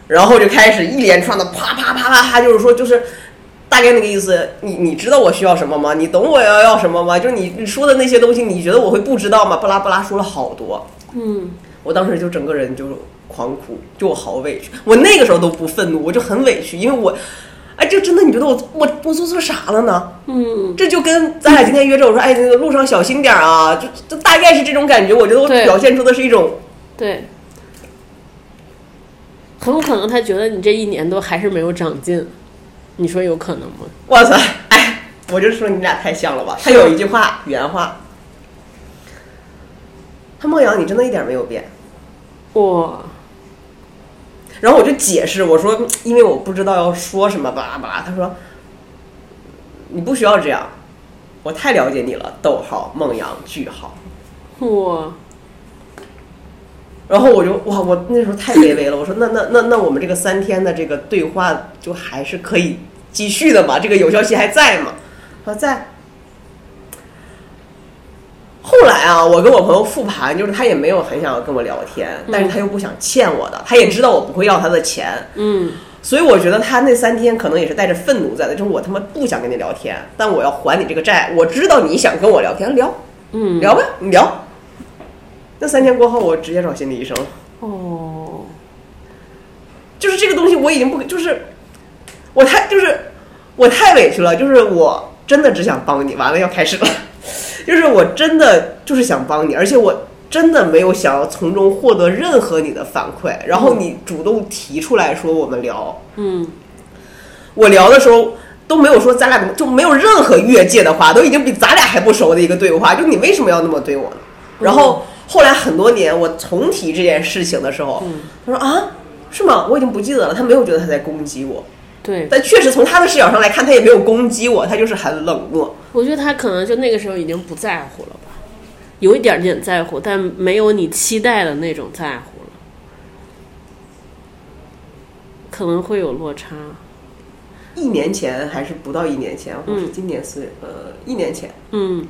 然后就开始一连串的啪啪啪啪啪，就是说就是大概那个意思，你你知道我需要什么吗？你懂我要要什么吗？就是你你说的那些东西，你觉得我会不知道吗？巴拉巴拉说了好多， 嗯， 我当时就整个人就狂哭，就我好委屈，我那个时候都不愤怒，我就很委屈，因为我。哎，这真的，你觉得我我我做错啥了呢？ 嗯， 这就跟咱俩今天约着我说，哎，那个路上小心点啊，就就大概是这种感觉。我觉得我表现出的是一种对，很有可能他觉得你这一年都还是没有长进，你说有可能吗？ 哇塞，哎，我就说你俩太像了吧。他有一句话原话，他梦阳，你真的一点没有变。 哇。 然后我就解释，我说因为我不知道要说什么，巴拉巴拉。他说你不需要这样，我太了解你了。逗号梦阳句号。 哇。 然后我就哇，我那时候太卑微了。我说那那那那我们这个三天的这个对话就还是可以继续的嘛？这个有效期还在吗？他说在。后来啊，我跟我朋友复盘，就是他也没有很想要跟我聊天，嗯、但是他又不想欠我的，他也知道我不会要他的钱， 嗯， 所以我觉得他那三天可能也是带着愤怒在的，就是我他妈不想跟你聊天，但我要还你这个债，我知道你想跟我聊天，聊， 嗯， 聊呗，你聊。那三天过后，我直接找心理医生了。 哦， 就是这个东西我已经不，就是我太就是我太委屈了，就是我真的只想帮你，完了要开始了。就是我真的就是想帮你，而且我真的没有想要从中获得任何你的反馈，然后你主动提出来说我们聊， 嗯， 我聊的时候都没有说咱俩就没有任何越界的话，都已经比咱俩还不熟的一个对话，就你为什么要那么对我呢？然后后来很多年我重提这件事情的时候， 嗯、 他说啊，是吗？我已经不记得了，他没有觉得他在攻击我。 对， 但确实从他的视角上来看，他也没有攻击我，他就是很冷漠。 我觉得他可能就那个时候已经不在乎了吧，有一点点在乎，但没有你期待的那种在乎了，可能会有落差。 一年前还是不到一年前，或是今年四月、嗯、呃一年前， 嗯，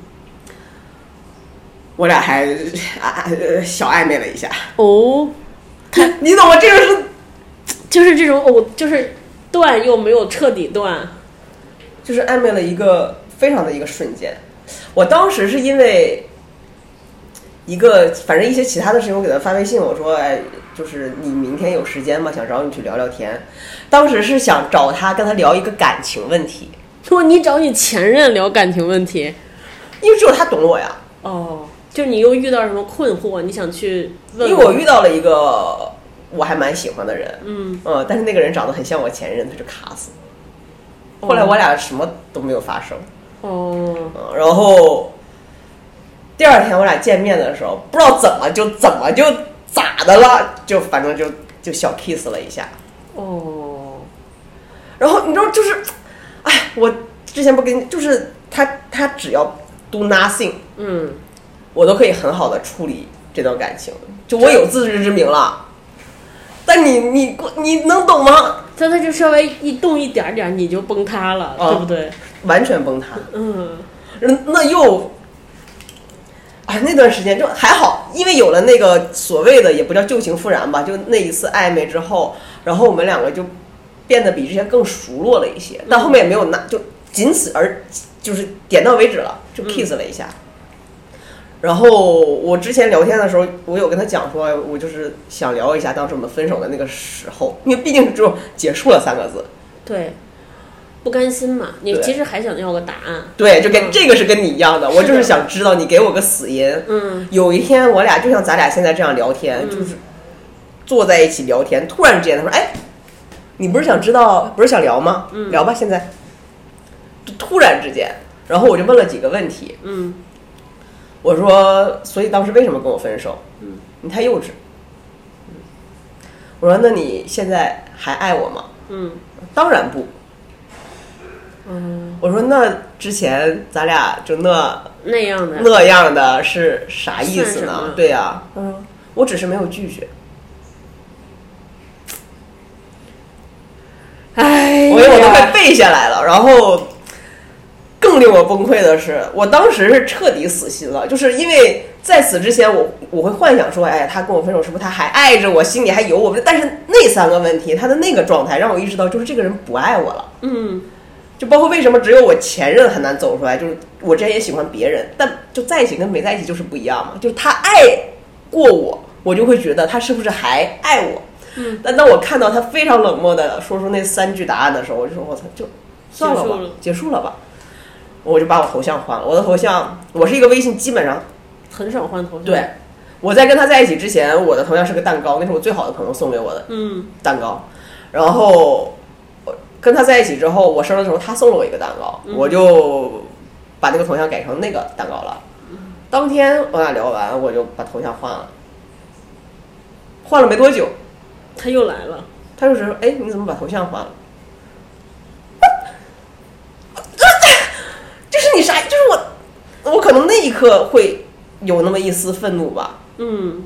我俩还啊呃小暧昧了一下。 哦，他你懂吗？这个是就是这种哦，就是断又没有彻底断， 就是暧昧了一个非常的一个瞬间。我当时是因为一个反正一些其他的事情，我给他发微信，我说哎，就是你明天有时间吗？想找你去聊聊天。当时是想找他跟他聊一个感情问题。 说你找你前任聊感情问题， 因为只有他懂我呀。 哦，就你又遇到什么困惑，你想去问？ 因为我遇到了一个我还蛮喜欢的人， 嗯嗯，但是那个人长得很像我前任，他就卡死。后来我俩什么都没有发生。 哦， 嗯，然后第二天我俩见面的时候，不知道怎么就怎么就咋的了，就反正就就小 kiss 了一下。 哦， 然后你知道就是，哎，我之前不跟你，就是他他只要 do nothing， 嗯， 我都可以很好的处理这段感情，就我有自知之明了。但你你你能懂吗？ 但他就稍微一动一点点，你就崩塌了，啊、对不对？ 完全崩塌。 嗯， 那又，哎，那段时间就还好，因为有了那个所谓的也不叫旧情复燃吧，就那一次暧昧之后，然后我们两个就变得比之前更熟络了一些，但后面也没有拿，就仅此而就是点到为止了，就 kiss 了一下。嗯，然后我之前聊天的时候，我有跟他讲说，我就是想聊一下当时我们分手的那个时候，因为毕竟只有结束了三个字。 对，不甘心嘛，你其实还想要个答案。 对，就跟、嗯、这个是跟你一样的，我就是想知道你给我个死因。 嗯， 有一天我俩就像咱俩现在这样聊天，嗯、就是坐在一起聊天，突然之间他说：“哎，你不是想知道，不是想聊吗？嗯，聊吧，现在。”突然之间，然后我就问了几个问题。 嗯。 我说，所以当时为什么跟我分手？ 嗯， 你太幼稚。嗯，我说，那你现在还爱我吗？ 嗯， 当然不。 嗯， 我说，那之前咱俩就那那样的那样的是啥意思呢？对呀、啊，他说，我只是没有拒绝。 哎， 我我都快背下来了，然后。更令我崩溃的是，我当时是彻底死心了，就是因为在此之前我我会幻想说，哎，他跟我分手是不是他还爱着我，心里还有我？但是那三个问题，他的那个状态让我意识到，就是这个人不爱我了。 嗯， 就包括为什么只有我前任很难走出来，就是我之前也喜欢别人，但就在一起跟没在一起就是不一样嘛。就是他爱过我，我就会觉得他是不是还爱我。 嗯， 但当我看到他非常冷漠的说出那三句答案的时候，我就说我操，就算了吧， 结束了， 结束了吧。我就把我头像换了，我的头像，我是一个微信基本上很少换头像。 对，我在跟他在一起之前，我的头像是个蛋糕，那是我最好的朋友送给我的蛋糕。嗯、然后跟他在一起之后，我生日的时候他送了我一个蛋糕，嗯、我就把那个头像改成那个蛋糕了。嗯、当天我俩聊完，我就把头像换了，换了没多久， 他又来了， 他就说：“哎，你怎么把头像换了？”就是你啥？就是我，我可能那一刻会有那么一丝愤怒吧。 嗯，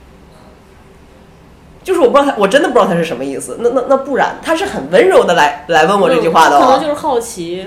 就是我不知道他，我真的不知道他是什么意思。那那那不然，他是很温柔的来来问我这句话的、哦嗯，可能就是好奇。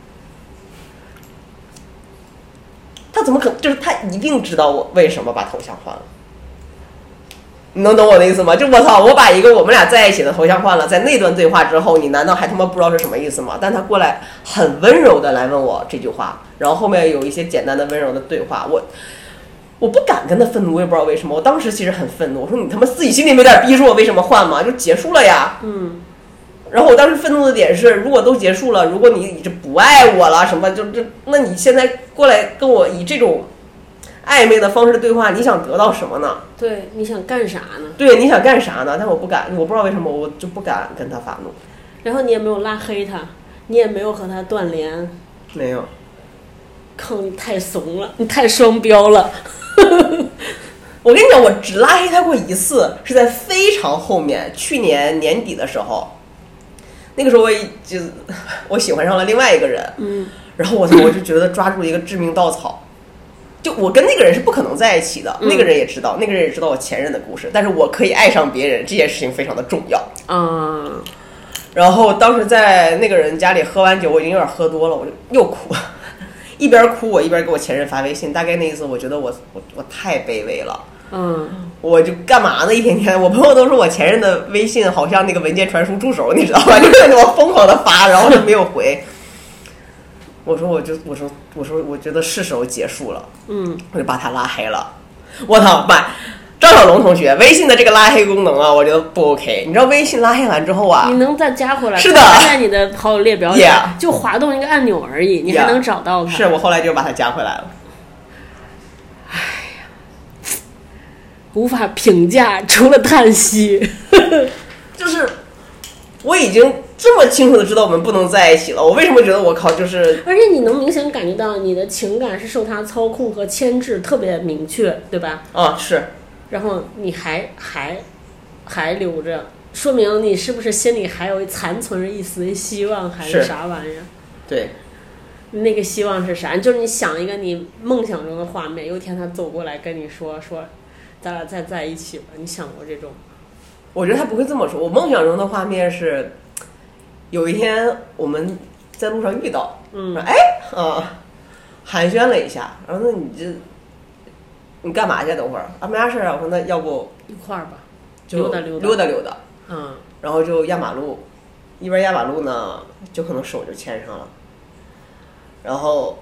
他怎么可能？就是他一定知道我为什么把头像换了。你能懂我的意思吗？就我操，我把一个我们俩在一起的头像换了，在那段对话之后，你难道还他妈不知道是什么意思吗？但他过来很温柔的来问我这句话，然后后面有一些简单的温柔的对话，我我不敢跟他愤怒，我也不知道为什么。我当时其实很愤怒，我说你他妈自己心里没点逼数，我为什么换吗？就结束了呀。 嗯。 然后我当时愤怒的点是，如果都结束了，如果你这不爱我了什么，就这，那你现在过来跟我以这种暧昧的方式对话，你想得到什么呢？ 对，你想干啥呢？ 对，你想干啥呢？但我不敢，我不知道为什么，我就不敢跟他发怒。 然后你也没有拉黑他，你也没有和他断联， 没有。 靠，你太怂了，你太双标了。 我跟你讲，我只拉黑他过一次，是在非常后面，去年年底的时候。那个时候我就我喜欢上了另外一个人， 嗯， 然后我我就觉得抓住了一个致命稻草。就我跟那个人是不可能在一起的，嗯、那个人也知道，那个人也知道我前任的故事，但是我可以爱上别人，这件事情非常的重要。 嗯， 然后当时在那个人家里喝完酒，我已经有点喝多了，我就又哭，一边哭我一边给我前任发微信，大概那意思，我觉得我我我太卑微了。 嗯， 我就干嘛呢？一天天，我朋友都说我前任的微信好像那个文件传输助手，你知道吧？就看着我疯狂的发，然后就没有回。我说我就我说我说我觉得是时候结束了， 嗯， 我就把他拉黑了。我操，妈！张小龙同学，微信的这个拉黑功能啊，我觉得不 OK。你知道微信拉黑完之后啊， 你能再加回来？ 是的， 在你的好友列表里， yeah, 就滑动一个按钮而已，你还能找到他。 是我后来就把他加回来了。 哎呀，无法评价，除了叹息。 就是我已经这么清楚的知道我们不能在一起了，我为什么觉得我靠就是？ 而且你能明显感觉到你的情感是受他操控和牵制，特别明确，对吧？ 啊，是。 然后你还还还留着，说明你是不是心里还有残存着一丝希望，还是啥玩意儿？ 对。 那个希望是啥？就是你想一个你梦想中的画面，有一天他走过来跟你说说，咱俩再在一起吧。你想过这种？ 我觉得他不会这么说。我梦想中的画面是，有一天我们在路上遇到， 嗯， 哎，啊，寒暄了一下，然后那你这，你干嘛去？等会儿啊，没啥事啊。我说那要不一块儿吧， 就溜达溜达溜达溜达， 嗯， 然后就压马路，一边压马路呢，就可能手就牵上了，然后，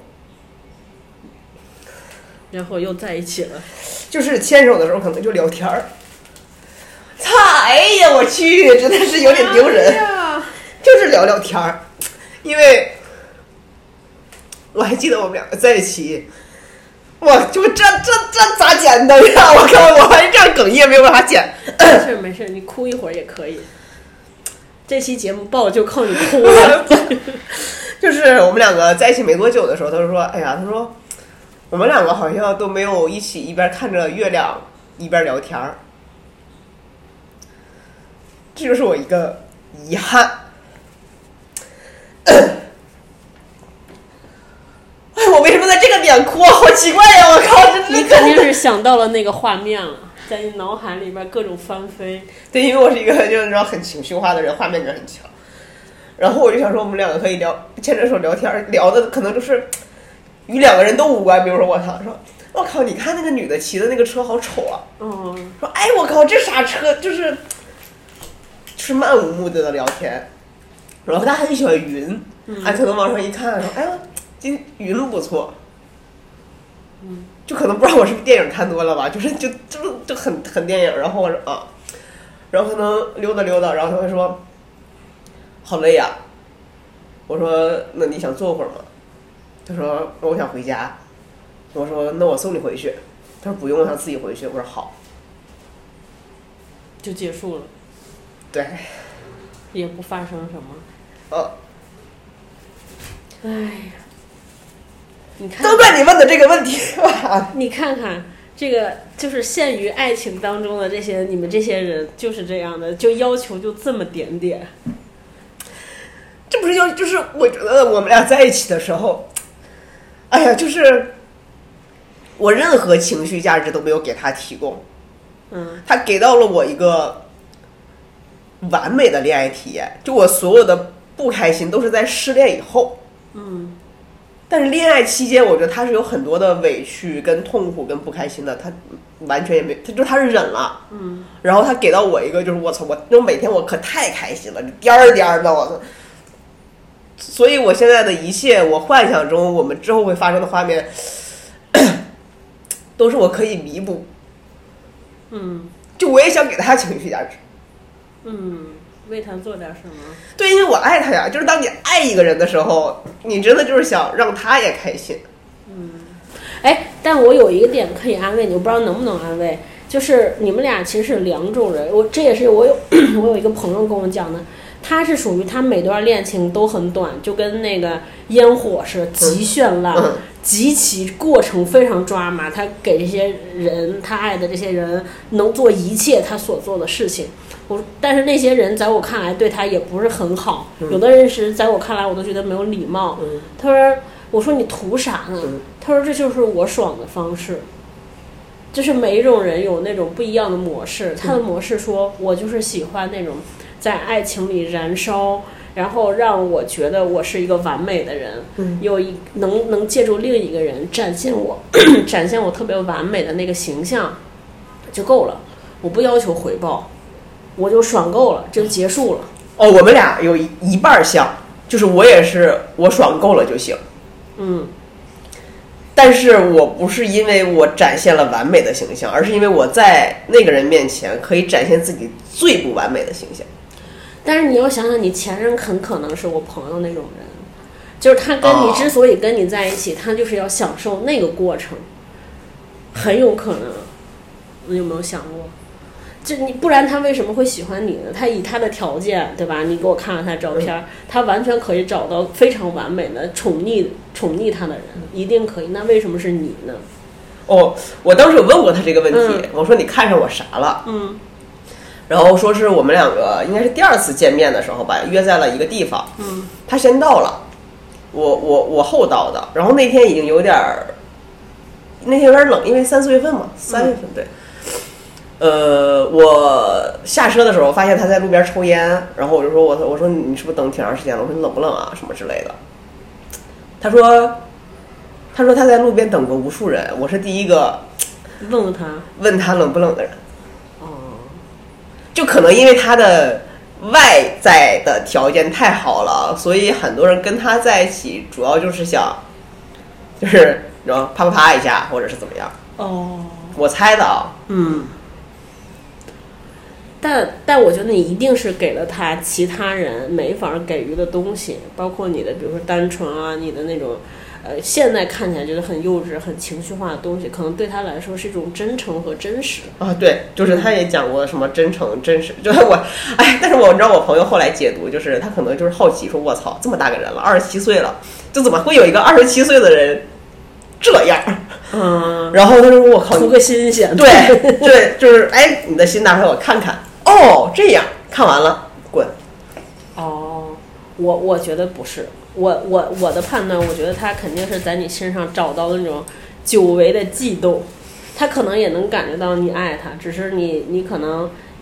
然后又在一起了。 就是牵手的时候可能就聊天儿。操！哎呀，我去，真的是有点丢人。 哎、 就是聊聊天儿，因为我还记得我们两个在一起，哇，就这这这咋剪的呀？我靠，我发现这样哽咽没有办法剪。 没事没事，你哭一会儿也可以。这期节目爆就靠你哭了。 就是我们两个在一起没多久的时候，他就说：“哎呀，他说我们两个好像都没有一起一边看着月亮一边聊天儿。”这就是我一个遗憾。哎，我为什么在这个点哭啊？好奇怪呀！我靠，真的你肯定是想到了那个画面了，在你脑海里边各种翻飞。 对，因为我是一个就是说很情绪化的人，画面感很强。然后我就想说，我们两个可以聊，牵着手聊天，聊的可能就是与两个人都无关。比如说我操说，我靠，你看那个女的骑的那个车好丑啊。 嗯， 说哎我靠这啥车，就是就是漫无目的的聊天。然后他很喜欢云，嗯、哎，可能往上一看说，哎呀，今云不错。嗯，就可能不知道我是不是电影看多了吧，就是就就就很很电影。然后我说啊，然后可能溜达溜达，然后他会说，好累呀、啊。我说那你想坐会儿吗？他说我想回家。我说那我送你回去。他说不用，我想自己回去。我说好。 就结束了。 对。 也不发生什么。 呃， 哎呀，你看， 都怪你问的这个问题吧。 你看看这个，就是陷于爱情当中的这些，你们这些人就是这样的，就要求就这么点点。 这不是要，就是我觉得我们俩在一起的时候，哎呀，就是我任何情绪价值都没有给他提供， 嗯， 他给到了我一个完美的恋爱体验，就我所有的不开心都是在失恋以后， 嗯， 但是恋爱期间，我觉得他是有很多的委屈、跟痛苦、跟不开心的，他完全也没，他就他是忍了， 嗯， 然后他给到我一个，就是我操，我那每天我可太开心了，就颠儿颠儿的，我操。所以我现在的一切，我幻想中我们之后会发生的画面，都是我可以弥补。 嗯， 就我也想给他情绪价值。 嗯，为他做点什么？ 对，因为我爱他呀。就是当你爱一个人的时候，你真的就是想让他也开心。 嗯，哎，但我有一个点可以安慰你，我不知道能不能安慰，就是你们俩其实是两种人。我这也是我有我有一个朋友跟我讲的。他是属于他每段恋情都很短，就跟那个烟火似的，极绚烂、嗯嗯、极其过程非常抓马。他给这些人，他爱的这些人，能做一切他所做的事情。我但是那些人在我看来对他也不是很好，嗯、有的人是在我看来我都觉得没有礼貌。嗯、他说：“我说你图啥呢？”嗯、他说：“这就是我爽的方式。”就是每一种人有那种不一样的模式。他的模式说：“我就是喜欢那种。”在爱情里燃烧，然后让我觉得我是一个完美的人，嗯、有一能能借助另一个人展现我展现我特别完美的那个形象就够了，我不要求回报，我就爽够了，就结束了。 哦，我们俩有一半像，就是我也是我爽够了就行， 嗯， 但是我不是因为我展现了完美的形象，而是因为我在那个人面前可以展现自己最不完美的形象。 但是你要想想，你前任很可能是我朋友那种人，就是他跟你之所以跟你在一起，哦、他就是要享受那个过程，很有可能。你有没有想过？就你不然他为什么会喜欢你呢？他以他的条件，对吧？你给我看了他照片，嗯、他完全可以找到非常完美的宠溺宠溺他的人，一定可以。那为什么是你呢？ 哦，我当时有问过他这个问题， 嗯、 我说你看上我啥了？ 嗯。 然后说是我们两个应该是第二次见面的时候吧，约在了一个地方。 嗯， 他先到了，我我我后到的。然后那天已经有点那天有点冷，因为三四月份嘛，三月份、嗯、对。呃，我下车的时候发现他在路边抽烟，然后我就说我我说你是不是等挺长时间了？我说你冷不冷啊什么之类的。他说他说他在路边等过无数人，我是第一个问了他问他冷不冷的人。就可能因为他的外在的条件太好了，所以很多人跟他在一起，主要就是想，就是然后啪啪啪一下，或者是怎么样。 哦， 我猜的啊。 嗯。但但我觉得你一定是给了他其他人没法给予的东西，包括你的，比如说单纯啊，你的那种。呃，现在看起来觉得很幼稚、很情绪化的东西，可能对他来说是一种真诚和真实啊。对，就是他也讲过什么真诚、真实，就是我，哎，但是我知道我朋友后来解读，就是他可能就是好奇，说我操，这么大个人了，二十七岁了，就怎么会有一个二十七岁的人这样？ 嗯， 然后他说我靠， 图个新鲜， 对对，就是哎，你的心拿出来我看看，哦，这样看完了，滚。 哦，我我觉得不是。我我我的判断，我觉得他肯定是在你身上找到那种久违的悸动，他可能也能感觉到你爱他，只是你你可能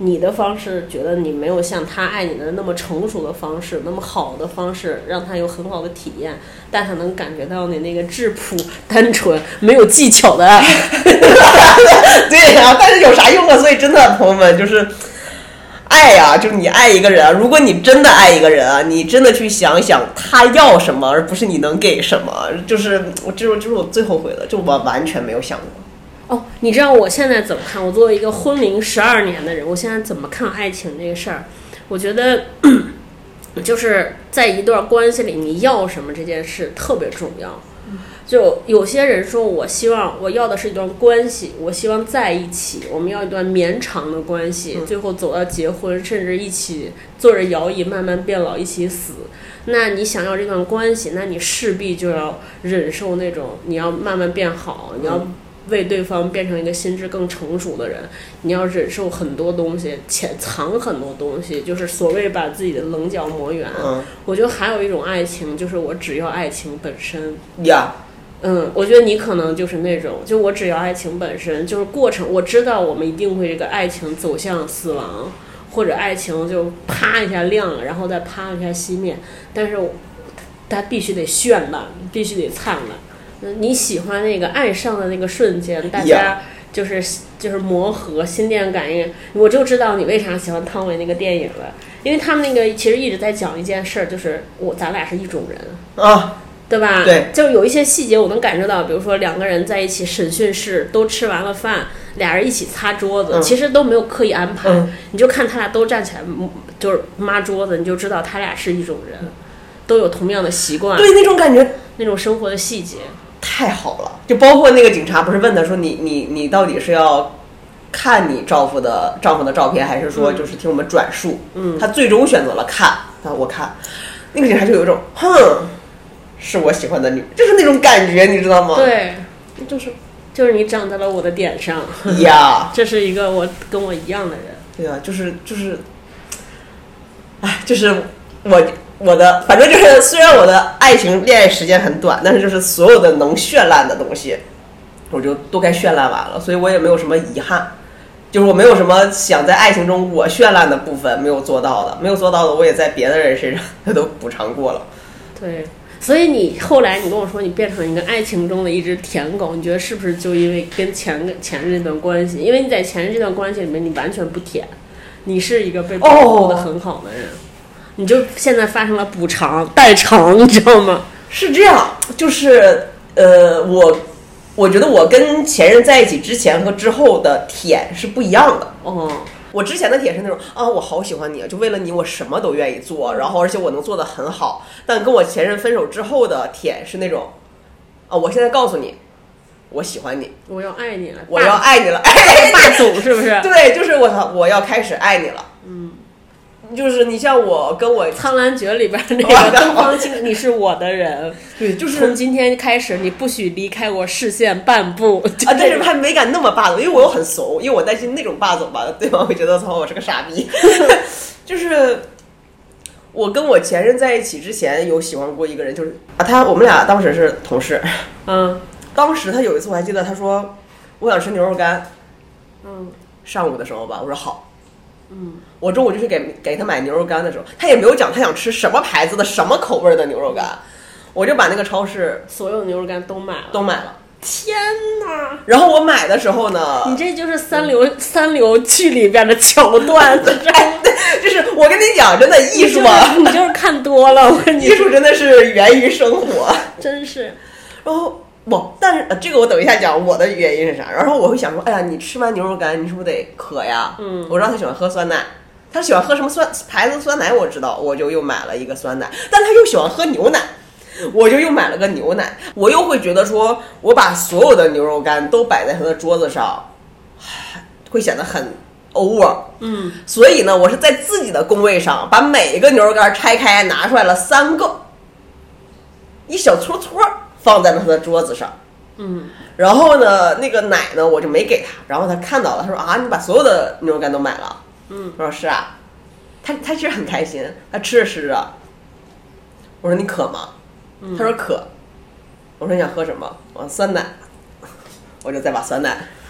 你的方式觉得你没有像他爱你的那么成熟的方式，那么好的方式让他有很好的体验，但他能感觉到你那个质朴单纯没有技巧的爱。 对呀、啊，但是有啥用啊？所以真的朋友们，就是爱呀、啊，就是你爱一个人啊，如果你真的爱一个人啊，你真的去想一想他要什么，而不是你能给什么。就是我这种就是我最后悔的，就我完全没有想过。 哦，你知道我现在怎么看？我作为一个婚龄十二年的人，我现在怎么看爱情这个事儿？我觉得，就是在一段关系里，你要什么这件事特别重要。就有些人说，我希望我要的是一段关系，我希望在一起，我们要一段绵长的关系，最后走到结婚，甚至一起坐着摇椅慢慢变老，一起死。那你想要这段关系，那你势必就要忍受那种你要慢慢变好，你要为对方变成一个心智更成熟的人，你要忍受很多东西，潜藏很多东西，就是所谓把自己的棱角磨圆。 嗯， 我觉得还有一种爱情，就是我只要爱情本身。 呀、yeah. 嗯，我觉得你可能就是那种，就我只要爱情本身，就是过程，我知道我们一定会这个爱情走向死亡，或者爱情就啪一下亮了，然后再啪一下熄灭，但是它必须得绚烂，必须得灿烂。你喜欢那个爱上的那个瞬间，大家就是就是磨合心电感应，我就知道你为啥喜欢汤唯那个电影了，因为他们那个其实一直在讲一件事儿，就是我咱俩是一种人啊， 对吧？ 对， 就有一些细节我能感受到，比如说两个人在一起审讯室都吃完了饭，俩人一起擦桌子， 嗯、 其实都没有刻意安排、 嗯， 你就看他俩都站起来就是抹桌子，你就知道他俩是一种人，都有同样的习惯， 对，那种感觉， 那种生活的细节。 太好了，就包括那个警察不是问他说你你你到底是要看你丈夫的丈夫的照片，还是说就是听我们转述？ 嗯， 他最终选择了看，啊，我看，那个警察就有一种哼，是我喜欢的女，就是那种感觉，你知道吗？ 对，就是就是你长在了我的点上呀， 这是一个我跟我一样的人。 对啊，就是就是，哎，就是我。我的反正就是，虽然我的爱情恋爱时间很短，但是就是所有的能绚烂的东西，我就都该绚烂完了，所以我也没有什么遗憾，就是我没有什么想在爱情中我绚烂的部分没有做到的，没有做到的我也在别的人身上都补偿过了。 对，所以你后来你跟我说你变成一个爱情中的一只舔狗，你觉得是不是就因为跟前前任这段关系？因为你在前任这段关系里面你完全不舔，你是一个被保护的很好的人。哦，你就现在发生了补偿代偿，你知道吗？ 是这样，就是呃，我我觉得我跟前任在一起之前和之后的舔是不一样的。 哦， 我之前的舔是那种啊，我好喜欢你，就为了你我什么都愿意做，然后而且我能做得很好。但跟我前任分手之后的舔是那种啊，我现在告诉你，我喜欢你， 我要爱你了， 我要爱你了， 哎，霸总是不是？ 对，就是我操，我要开始爱你了。嗯。就是你像我跟我《 苍兰诀》里边那个东方青，你是我的人， 对，就是从今天开始你不许离开我视线半步啊！但是还没敢那么霸总，因为我又很怂，因为我担心那种霸总吧，对方会觉得操我是个傻逼。就是我跟我前任在一起之前有喜欢过一个人，就是啊，他我们俩当时是同事， 嗯， 当时他有一次我还记得，他说我想吃牛肉干， 嗯， 上午的时候吧，我说好。 嗯， 我中午就去给给他买牛肉干的时候，他也没有讲他想吃什么牌子的什么口味的牛肉干，我就把那个超市所有牛肉干都买了， 都买了。 天哪！ 然后我买的时候呢， 你这就是三流、嗯、三流剧里边的桥段， 哎，就是我跟你讲，真的艺术啊， 你就是看多了，我跟你艺术真的是源于生活， 真是。 然后我，但是、呃、这个我等一下讲我的原因是啥。然后我会想说，哎呀，你吃完牛肉干，你是不是得渴呀？ 嗯， 我知道他喜欢喝酸奶，他喜欢喝什么酸牌子酸奶我知道，我就又买了一个酸奶，但他又喜欢喝牛奶。我就又买了个牛奶，我又会觉得说，我把所有的牛肉干都摆在他的桌子上，会显得很 over。 嗯， 所以呢，我是在自己的工位上把每一个牛肉干拆开，拿出来了三个，一小撮撮放在了他的桌子上。 嗯， 然后呢，那个奶呢，我就没给他，然后他看到了，他说啊，你把所有的牛肉干都买了。 嗯， 我说是啊，他他其实很开心，他吃着吃着，我说你渴吗？他说渴，我说你想喝什么？我说酸奶，我就再把酸奶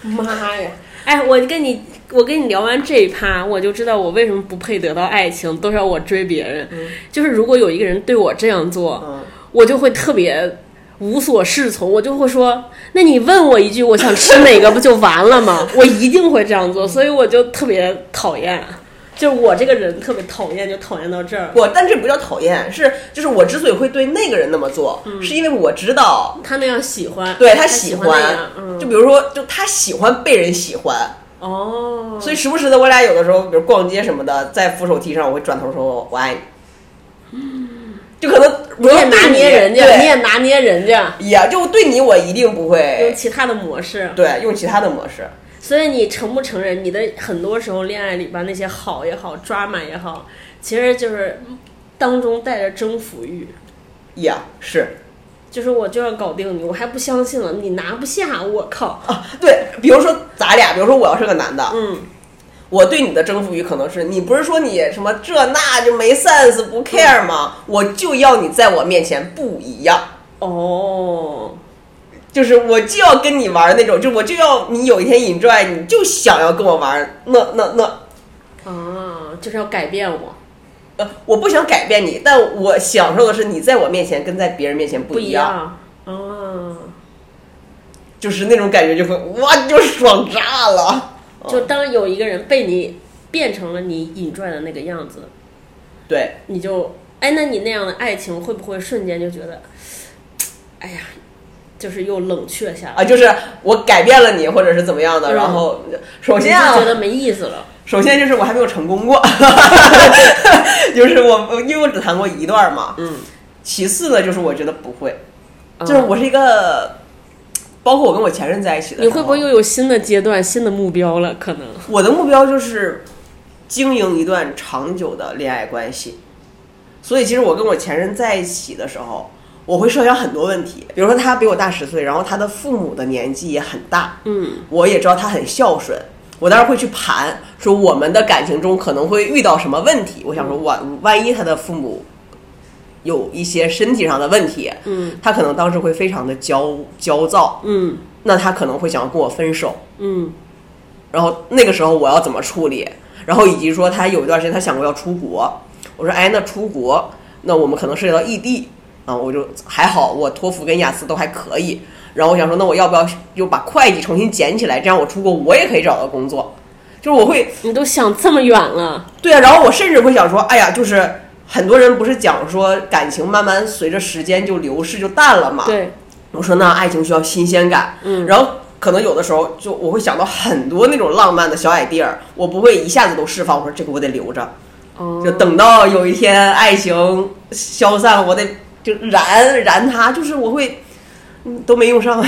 妈呀！哎，我跟你我跟你聊完这一趴，我就知道我为什么不配得到爱情，都是要我追别人。嗯、就是如果有一个人对我这样做，嗯、我就会特别无所适从，我就会说，那你问我一句我想吃哪个不就完了吗？我一定会这样做，所以我就特别讨厌。就是我这个人特别讨厌，就讨厌到这儿。 我但这不叫讨厌，是就是我之所以会对那个人那么做，嗯、是因为我知道他那样喜欢， 对他喜欢， 嗯、 就比如说，就他喜欢被人喜欢。 哦， 所以时不时的，我俩有的时候，比如逛街什么的，在扶手梯上，我会转头说我爱你。嗯，就可能你也拿捏人家，你也拿捏人家， 呀，就对你我一定不会用其他的模式， 对，用其他的模式。 所以你承不承认，你的很多时候恋爱里边那些好也好，抓马也好，其实就是当中带着征服欲。 呀，是， 就是我就要搞定你，我还不相信了，你拿不下，我靠！ 啊，对，比如说咱俩，比如说我要是个男的， 嗯， 我对你的征服欲可能是你不是说你什么这那就没 sense 不 care 吗？嗯、我就要你在我面前不一样。 哦。 就是我就要跟你玩那种，就我就要你有一天enjoy，你就想要跟我玩，那那那， 啊，就是要改变我。 呃，我不想改变你，但我享受的是你在我面前跟在别人面前不一样。 不一样，啊， 就是那种感觉就会哇，就爽炸了。 就当有一个人被你变成了你enjoy的那个样子， 对， 你就哎，那你那样的爱情会不会瞬间就觉得，哎呀？就是又冷却下来啊，就是我改变了你，或者是怎么样的，嗯、然后首先啊， 就觉得没意思了。 首先就是我还没有成功过，就是我因为我只谈过一段嘛，嗯。其次呢，就是我觉得不会，嗯、就是我是一个，包括我跟我前任在一起的时候， 你会不会又有新的阶段、新的目标了？可能我的目标就是经营一段长久的恋爱关系，所以其实我跟我前任在一起的时候。我会设想很多问题，比如说他比我大十岁，然后他的父母的年纪也很大， 嗯， 我也知道他很孝顺，我当然会去盘说我们的感情中可能会遇到什么问题。我想说，万万一他的父母有一些身体上的问题， 嗯， 他可能当时会非常的焦焦躁， 嗯， 那他可能会想要跟我分手， 嗯， 然后那个时候我要怎么处理？然后以及说他有一段时间他想过要出国，我说，哎，那出国，那我们可能涉及到异地。啊，我就还好，我托福跟雅思都还可以。然后我想说，那我要不要又把会计重新捡起来？这样我出国我也可以找到工作。就是我会， 你都想这么远了。 对啊，然后我甚至会想说，哎呀，就是很多人不是讲说感情慢慢随着时间就流逝就淡了嘛？ 对。 我说那爱情需要新鲜感， 嗯， 然后可能有的时候就我会想到很多那种浪漫的小 idea， 我不会一下子都释放。我说这个我得留着， 哦， 就等到有一天爱情消散了，我得。就燃燃它，就是我会，嗯，都没用上，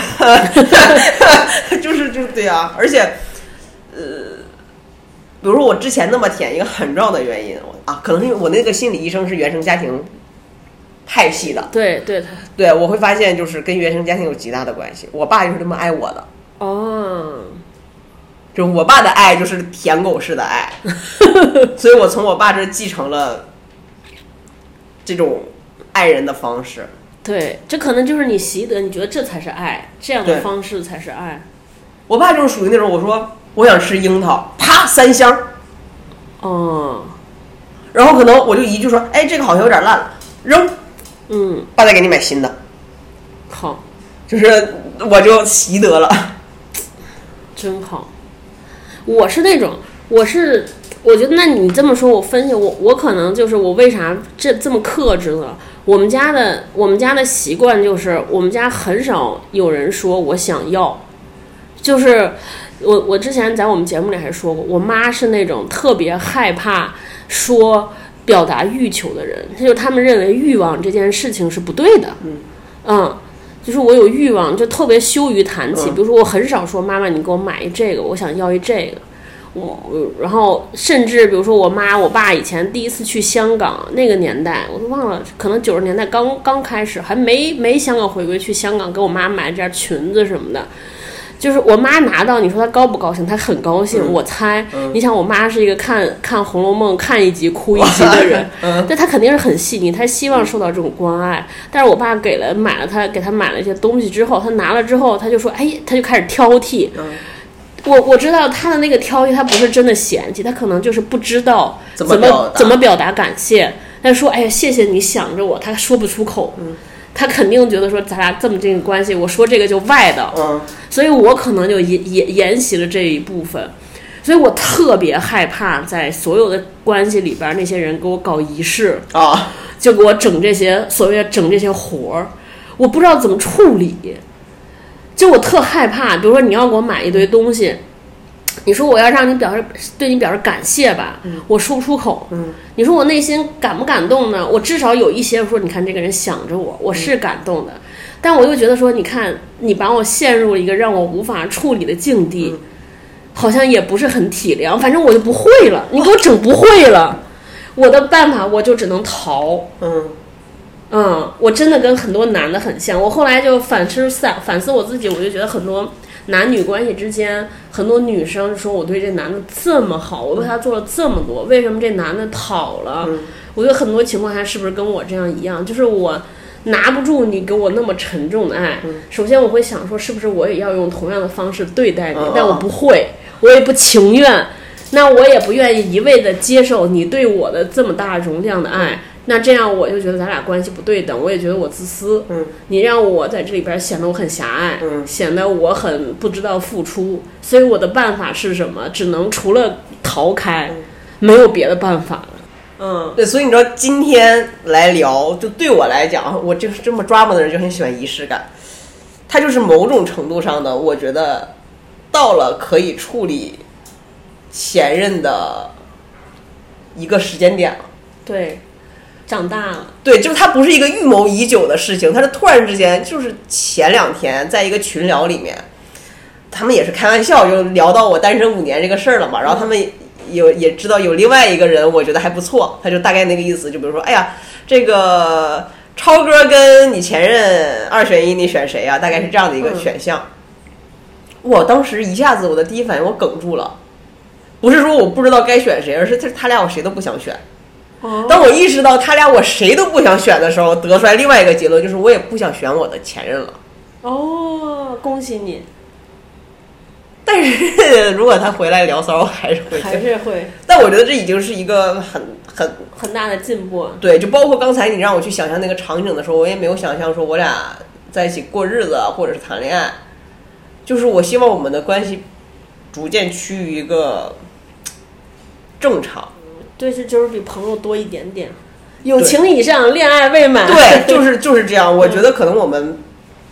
就是就是对啊，而且，呃，比如说我之前那么甜，一个很重要的原因啊，可能是因为我那个心理医生是原生家庭派系的， 对对对，我会发现就是跟原生家庭有极大的关系。我爸就是这么爱我的， 哦， 就我爸的爱就是舔狗式的爱，所以我从我爸这继承了这种。爱人的方式， 对，这可能就是你习得，你觉得这才是爱，这样的方式才是爱。 我爸就是属于那种，我说我想吃樱桃，啪三箱， 哦， 然后可能我就一句说，哎，这个好像有点烂了，扔， 嗯， 爸再给你买新的， 好， 就是我就习得了， 真好。我是那种，我是。我觉得，那你这么说，我分析我，我可能就是我为啥这这么克制呢？我们家的我们家的习惯就是，我们家很少有人说我想要，就是我我之前在我们节目里还说过，我妈是那种特别害怕说表达欲求的人，就他们认为欲望这件事情是不对的， 嗯嗯，就是我有欲望就特别羞于谈起，比如说我很少说妈妈你给我买一这个，我想要一这个。我然后甚至比如说我妈我爸以前第一次去香港那个年代我都忘了，可能九十年代刚刚开始，还没没香港回归，去香港给我妈买这件裙子什么的，就是我妈拿到，你说她高不高兴？她很高兴，嗯、我猜、嗯。你想，我妈是一个看看《红楼梦》看一集哭一集的人，嗯、但她肯定是很细腻，她希望受到这种关爱。但是我爸给了买了她给她买了一些东西之后，她拿了之后，她就说：“哎，她就开始挑剔。嗯” 我我知道他的那个挑剔，他不是真的嫌弃，他可能就是不知道怎么么表达怎么表达感谢。他说：“哎呀，谢谢你想着我。”他说不出口， 嗯， 他肯定觉得说咱俩这么近的关系，我说这个就歪的， 嗯， 所以我可能就沿沿沿袭了这一部分，所以我特别害怕在所有的关系里边，那些人给我搞仪式啊， 就给我整这些所谓的整这些活儿，我不知道怎么处理。就我特害怕，比如说你要给我买一堆东西，你说我要让你表示对你表示感谢吧， 嗯， 我说不出口， 嗯， 你说我内心感不感动呢？我至少有一些说，你看这个人想着我，我是感动的，嗯，但我又觉得说，你看你把我陷入了一个让我无法处理的境地，嗯，好像也不是很体谅，反正我就不会了，你给我整不会了，我的办法我就只能逃， 嗯。 嗯，我真的跟很多男的很像。我后来就反思反反思我自己，我就觉得很多男女关系之间，很多女生说我对这男的这么好，我为他做了这么多，为什么这男的跑了？ 嗯， 我觉得很多情况下是不是跟我这样一样，就是我拿不住你给我那么沉重的爱。 嗯， 首先我会想说，是不是我也要用同样的方式对待你？ 嗯， 但我不会，我也不情愿，那我也不愿意一味的接受你对我的这么大容量的爱。那这样我就觉得咱俩关系不对等，我也觉得我自私。 嗯， 你让我在这里边显得我很狭隘， 嗯， 显得我很不知道付出，所以我的办法是什么？只能除了逃开，嗯，没有别的办法了。嗯， 对，所以你知道今天来聊，就对我来讲，我就是这么抓马的人就很喜欢仪式感，它就是某种程度上的，我觉得到了可以处理前任的一个时间点了。 对。长大了， 对，就是它不是一个预谋已久的事情，它是突然之间，就是前两天在一个群聊里面，他们也是开玩笑，就聊到我单身五年这个事儿了嘛，然后他们有也知道有另外一个人，我觉得还不错，他就大概那个意思，就比如说，哎呀，这个超哥跟你前任二选一，你选谁啊？大概是这样的一个选项。嗯，我当时一下子我的第一反应我哽住了，不是说我不知道该选谁，而是他俩我谁都不想选。当我意识到他俩我谁都不想选的时候，得出来另外一个结论，就是我也不想选我的前任了。 哦，恭喜你！ 但是如果他回来聊骚，还是会还是会。 但我觉得这已经是一个很很很大的进步。 对，就包括刚才你让我去想象那个场景的时候，我也没有想象说我俩在一起过日子或者是谈恋爱，就是我希望我们的关系逐渐趋于一个正常。 对，是就是比朋友多一点点，友情以上，恋爱未满。 对，就是就是这样。我觉得可能我们，嗯，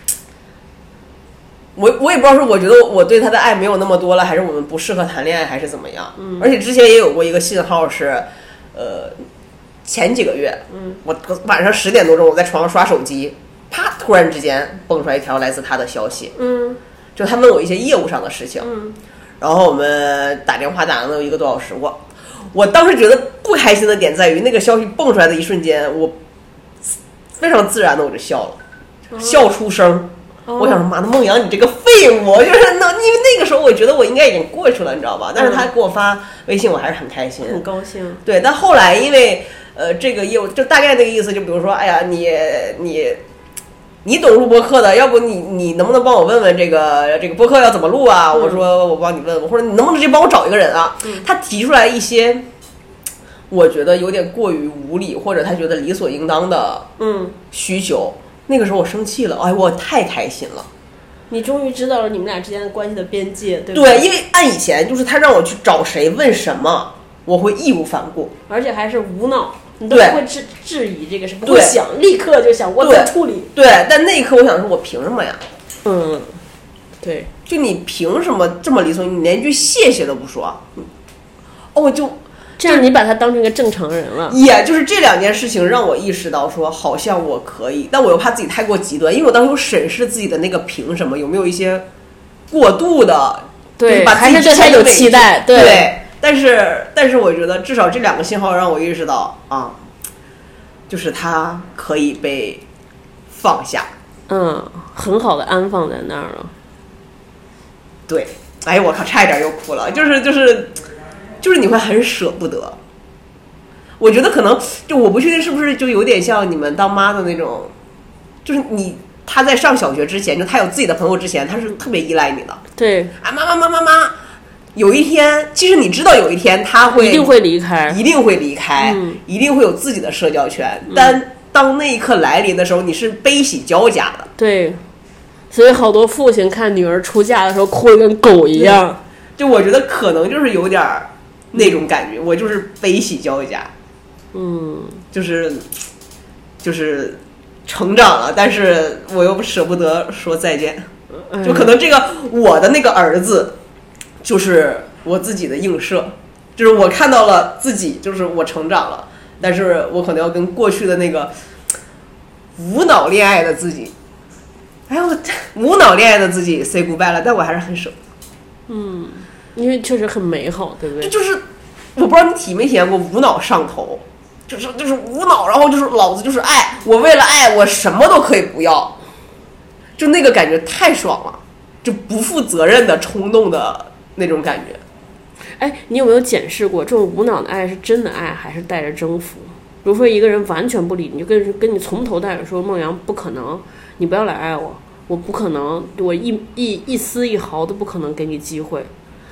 我我也不知道是我觉得我对他的爱没有那么多了，还是我们不适合谈恋爱，还是怎么样。 嗯， 而且之前也有过一个信号是，呃，前几个月， 嗯， 我晚上十点多钟我在床上刷手机，啪，突然之间蹦出来一条来自他的消息， 嗯， 就他问我一些业务上的事情， 嗯， 然后我们打电话打了有一个多小时，我。我当时觉得不开心的点在于，那个消息蹦出来的一瞬间，我非常自然的我就笑了，哦，笑出声。哦，我想说，妈的，孟阳，你这个废物！就是那，因为那个时候我觉得我应该已经过去了，你知道吧？但是他给我发微信，我还是很开心， 很高兴。 对，但后来因为呃这个业务就大概那个意思，就比如说，哎呀，你你。你懂录播客的，要不你你能不能帮我问问这个这个播客要怎么录啊？嗯，我说我帮你问问，或者你能不能直接帮我找一个人啊？ 嗯， 他提出来一些我觉得有点过于无理，或者他觉得理所应当的嗯需求，嗯，那个时候我生气了，哎，我太开心了。 你终于知道了你们俩之间的关系的边界，对吧？ 对，因为按以前就是他让我去找谁问什么，我会义无反顾， 而且还是无脑。你都不会质质疑这个，是不会想，立刻就想我怎么处理。 对，但那一刻我想说，我凭什么呀？ 嗯，对， 就你凭什么这么理所？你连句谢谢都不说？哦，就这样，你把他当成一个正常人了。 也就是这两件事情让我意识到，说好像我可以，但我又怕自己太过极端，因为我当时有审视自己的那个凭什么，有没有一些过度的， 对， 就是把自己还是对他有期待， 对。对，但是，但是我觉得至少这两个信号让我意识到啊，就是他可以被放下， 嗯，很好的安放在那儿了。 对，哎我靠，差一点又哭了，就是就是就是你会很舍不得。我觉得可能就我不确定是不是就有点像你们当妈的那种，就是你他在上小学之前，就他有自己的朋友之前，他是特别依赖你的。 对， 啊妈妈妈妈妈。 有一天，其实你知道有一天他会一定会离开， 一定会离开， 嗯、 一定会有自己的社交圈。嗯、但当那一刻来临的时候，你是悲喜交加的。 对，所以好多父亲看女儿出嫁的时候哭得跟狗一样。 就我觉得可能就是有点那种感觉，嗯、我就是悲喜交加。 嗯， 就是就是成长了，但是我又舍不得说再见。就可能这个我的那个儿子。就是我自己的映射，就是我看到了自己，就是我成长了，但是我可能要跟过去的那个无脑恋爱的自己，哎呦，无脑恋爱的自己 say goodbye 了，但我还是很舍不得。 嗯，因为确实很美好，对不对？ 这就是我不知道你体没体验过无脑上头，就是就是无脑，然后就是老子就是爱，我为了爱我什么都可以不要，就那个感觉太爽了，就不负责任的冲动的。那种感觉， 哎，你有没有检视过这种无脑的爱是真的爱还是带着征服？比如说一个人完全不理你，就跟跟你从头带尾说孟阳不可能，你不要来爱我，我不可能，我一一一丝一毫都不可能给你机会。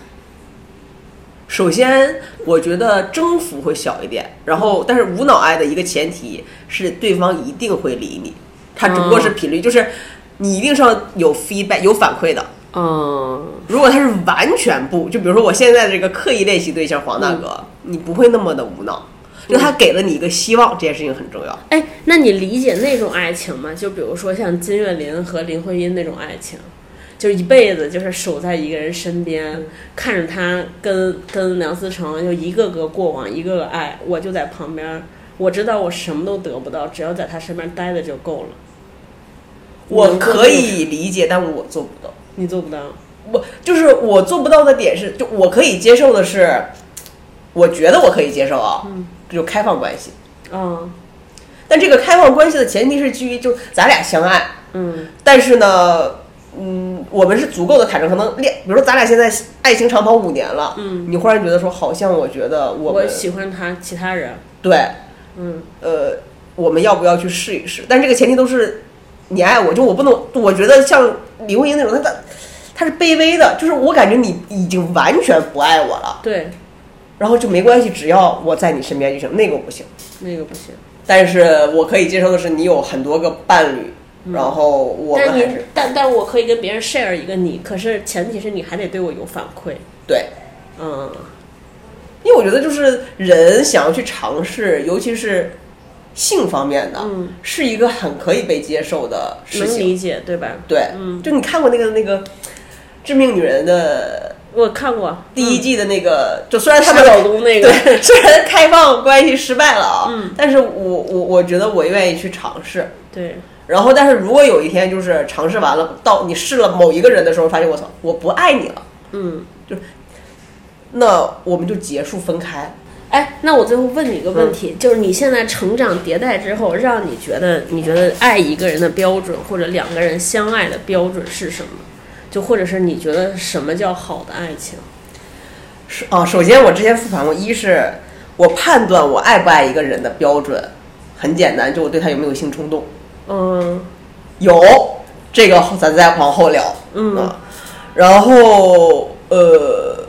首先，我觉得征服会小一点，然后但是无脑爱的一个前提是对方一定会理你，他只不过是频率，嗯、就是你一定是要有 feedback 有反馈的。 嗯，如果他是完全不，就比如说我现在这个刻意练习对象黄大哥，嗯、你不会那么的无脑，就他给了你一个希望，这件事情很重要。 哎，那你理解那种爱情吗？就比如说像金岳霖和林徽因那种爱情，就是一辈子就是守在一个人身边，嗯、看着他跟跟梁思成就一个个过往，一个个爱，我就在旁边，我知道我什么都得不到，只要在他身边待着就够了。 我可以理解，但我做不到。 你做不到， 我就是我做不到的点是，就我可以接受的是，我觉得我可以接受啊， 嗯， 就开放关系， 嗯， 但这个开放关系的前提是基于就咱俩相爱， 嗯， 但是呢，嗯，我们是足够的坦诚，可能恋，比如说咱俩现在爱情长跑五年了， 嗯， 你忽然觉得说，好像我觉得我们我喜欢他其他人， 对， 嗯， 呃，我们要不要去试一试？但这个前提都是你爱我，就我不能，我觉得像林徽因那种，他他是卑微的，就是我感觉你已经完全不爱我了， 对， 然后就没关系，只要我在你身边就行，那个不行， 那个不行。 但是我可以接受的是，你有很多个伴侣，嗯、然后我们还是， 但但我可以跟别人 share 一个你，可是前提是你还得对我有反馈。 对， 嗯， 因为我觉得就是人想要去尝试，尤其是性方面的， 嗯， 是一个很可以被接受的事情， 能理解对吧？ 对， 嗯， 就你看过那个那个《致命女人》的。 我看过第一季的那个，嗯、就虽然他们老公那个， 对，虽然开放关系失败了啊， 嗯， 但是我我我觉得我愿意去尝试， 对。 然后，但是如果有一天就是尝试完了，到你试了某一个人的时候，发现我操，我不爱你了， 嗯， 就那我们就结束分开。 哎，那我最后问你一个问题，嗯、就是你现在成长迭代之后，让你觉得你觉得爱一个人的标准，或者两个人相爱的标准是什么？就或者是你觉得什么叫好的爱情？ 是啊，首先我之前复盘过，一是我判断我爱不爱一个人的标准很简单，就我对他有没有性冲动。 嗯， 有，这个咱再往后聊。 嗯， 啊、然后呃，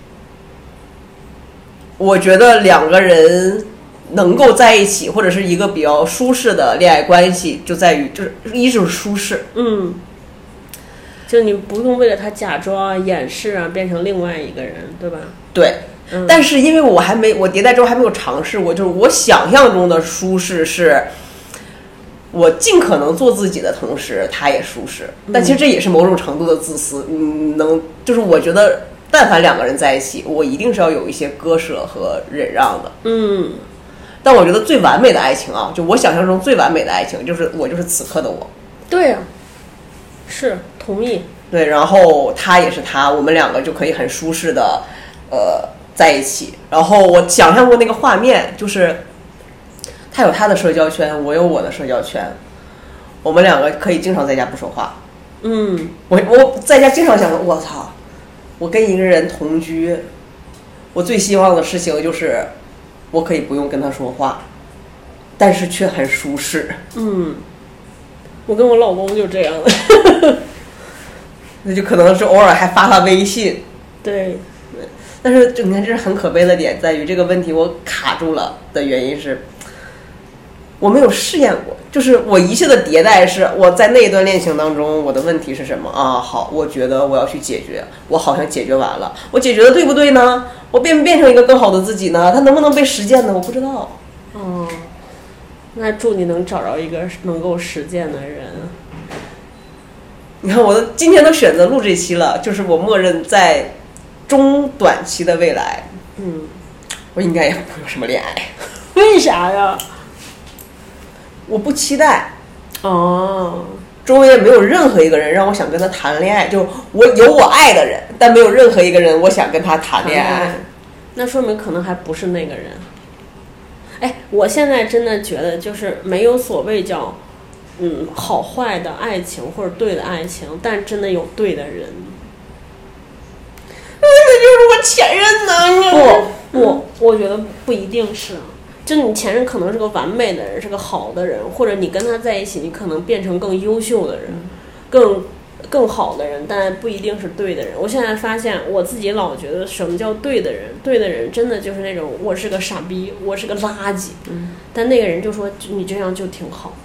我觉得两个人能够在一起，或者是一个比较舒适的恋爱关系，就在于就是一就是舒适。 嗯。就你不用为了他假装啊、掩饰啊，变成另外一个人，对吧？ 对， 嗯、 但是因为我还没我迭代之后还没有尝试过，就是我想象中的舒适是，我尽可能做自己的同时，他也舒适。但其实这也是某种程度的自私。嗯，能就是我觉得，但凡两个人在一起，我一定是要有一些割舍和忍让的。 嗯， 但我觉得最完美的爱情啊，就我想象中最完美的爱情，就是我就是此刻的我。 对呀、啊，是。同意， 对，然后他也是他，我们两个就可以很舒适的，呃，在一起。然后我想象过那个画面，就是他有他的社交圈，我有我的社交圈，我们两个可以经常在家不说话。 嗯， 我我在家经常想说，我操，我跟一个人同居，我最希望的事情就是我可以不用跟他说话，但是却很舒适。 嗯，我跟我老公就这样的。 那就可能是偶尔还发发微信， 对， 但是就你看，这是很可悲的点，在于这个问题我卡住了的原因是，我没有试验过。就是我一切的迭代是我在那一段恋情当中，我的问题是什么啊？好，我觉得我要去解决，我好像解决完了，我解决的对不对呢？我变不变成一个更好的自己呢？它能不能被实践呢？我不知道。 哦，那祝你能找着一个能够实践的人。 你看，我都今天都选择录这期了，就是我默认在中短期的未来， 嗯， 我应该也不会有什么恋爱。 为啥呀？ 我不期待。 哦， 周围也没有任何一个人让我想跟他谈恋爱，就我有我爱的人，但没有任何一个人我想跟他谈恋爱。 那说明可能还不是那个人。哎，我现在真的觉得就是没有所谓叫嗯好坏的爱情或者对的爱情，但真的有对的人。 那就是我前任呢？ 不不，我觉得不一定是。就你前任可能是个完美的人，是个好的人，或者你跟他在一起，你可能变成更优秀的人，更更好的人，但不一定是对的人。我现在发现我自己老觉得什么叫对的人，对的人真的就是那种我是个傻逼，我是个垃圾， 嗯， 但那个人就说你这样就挺好。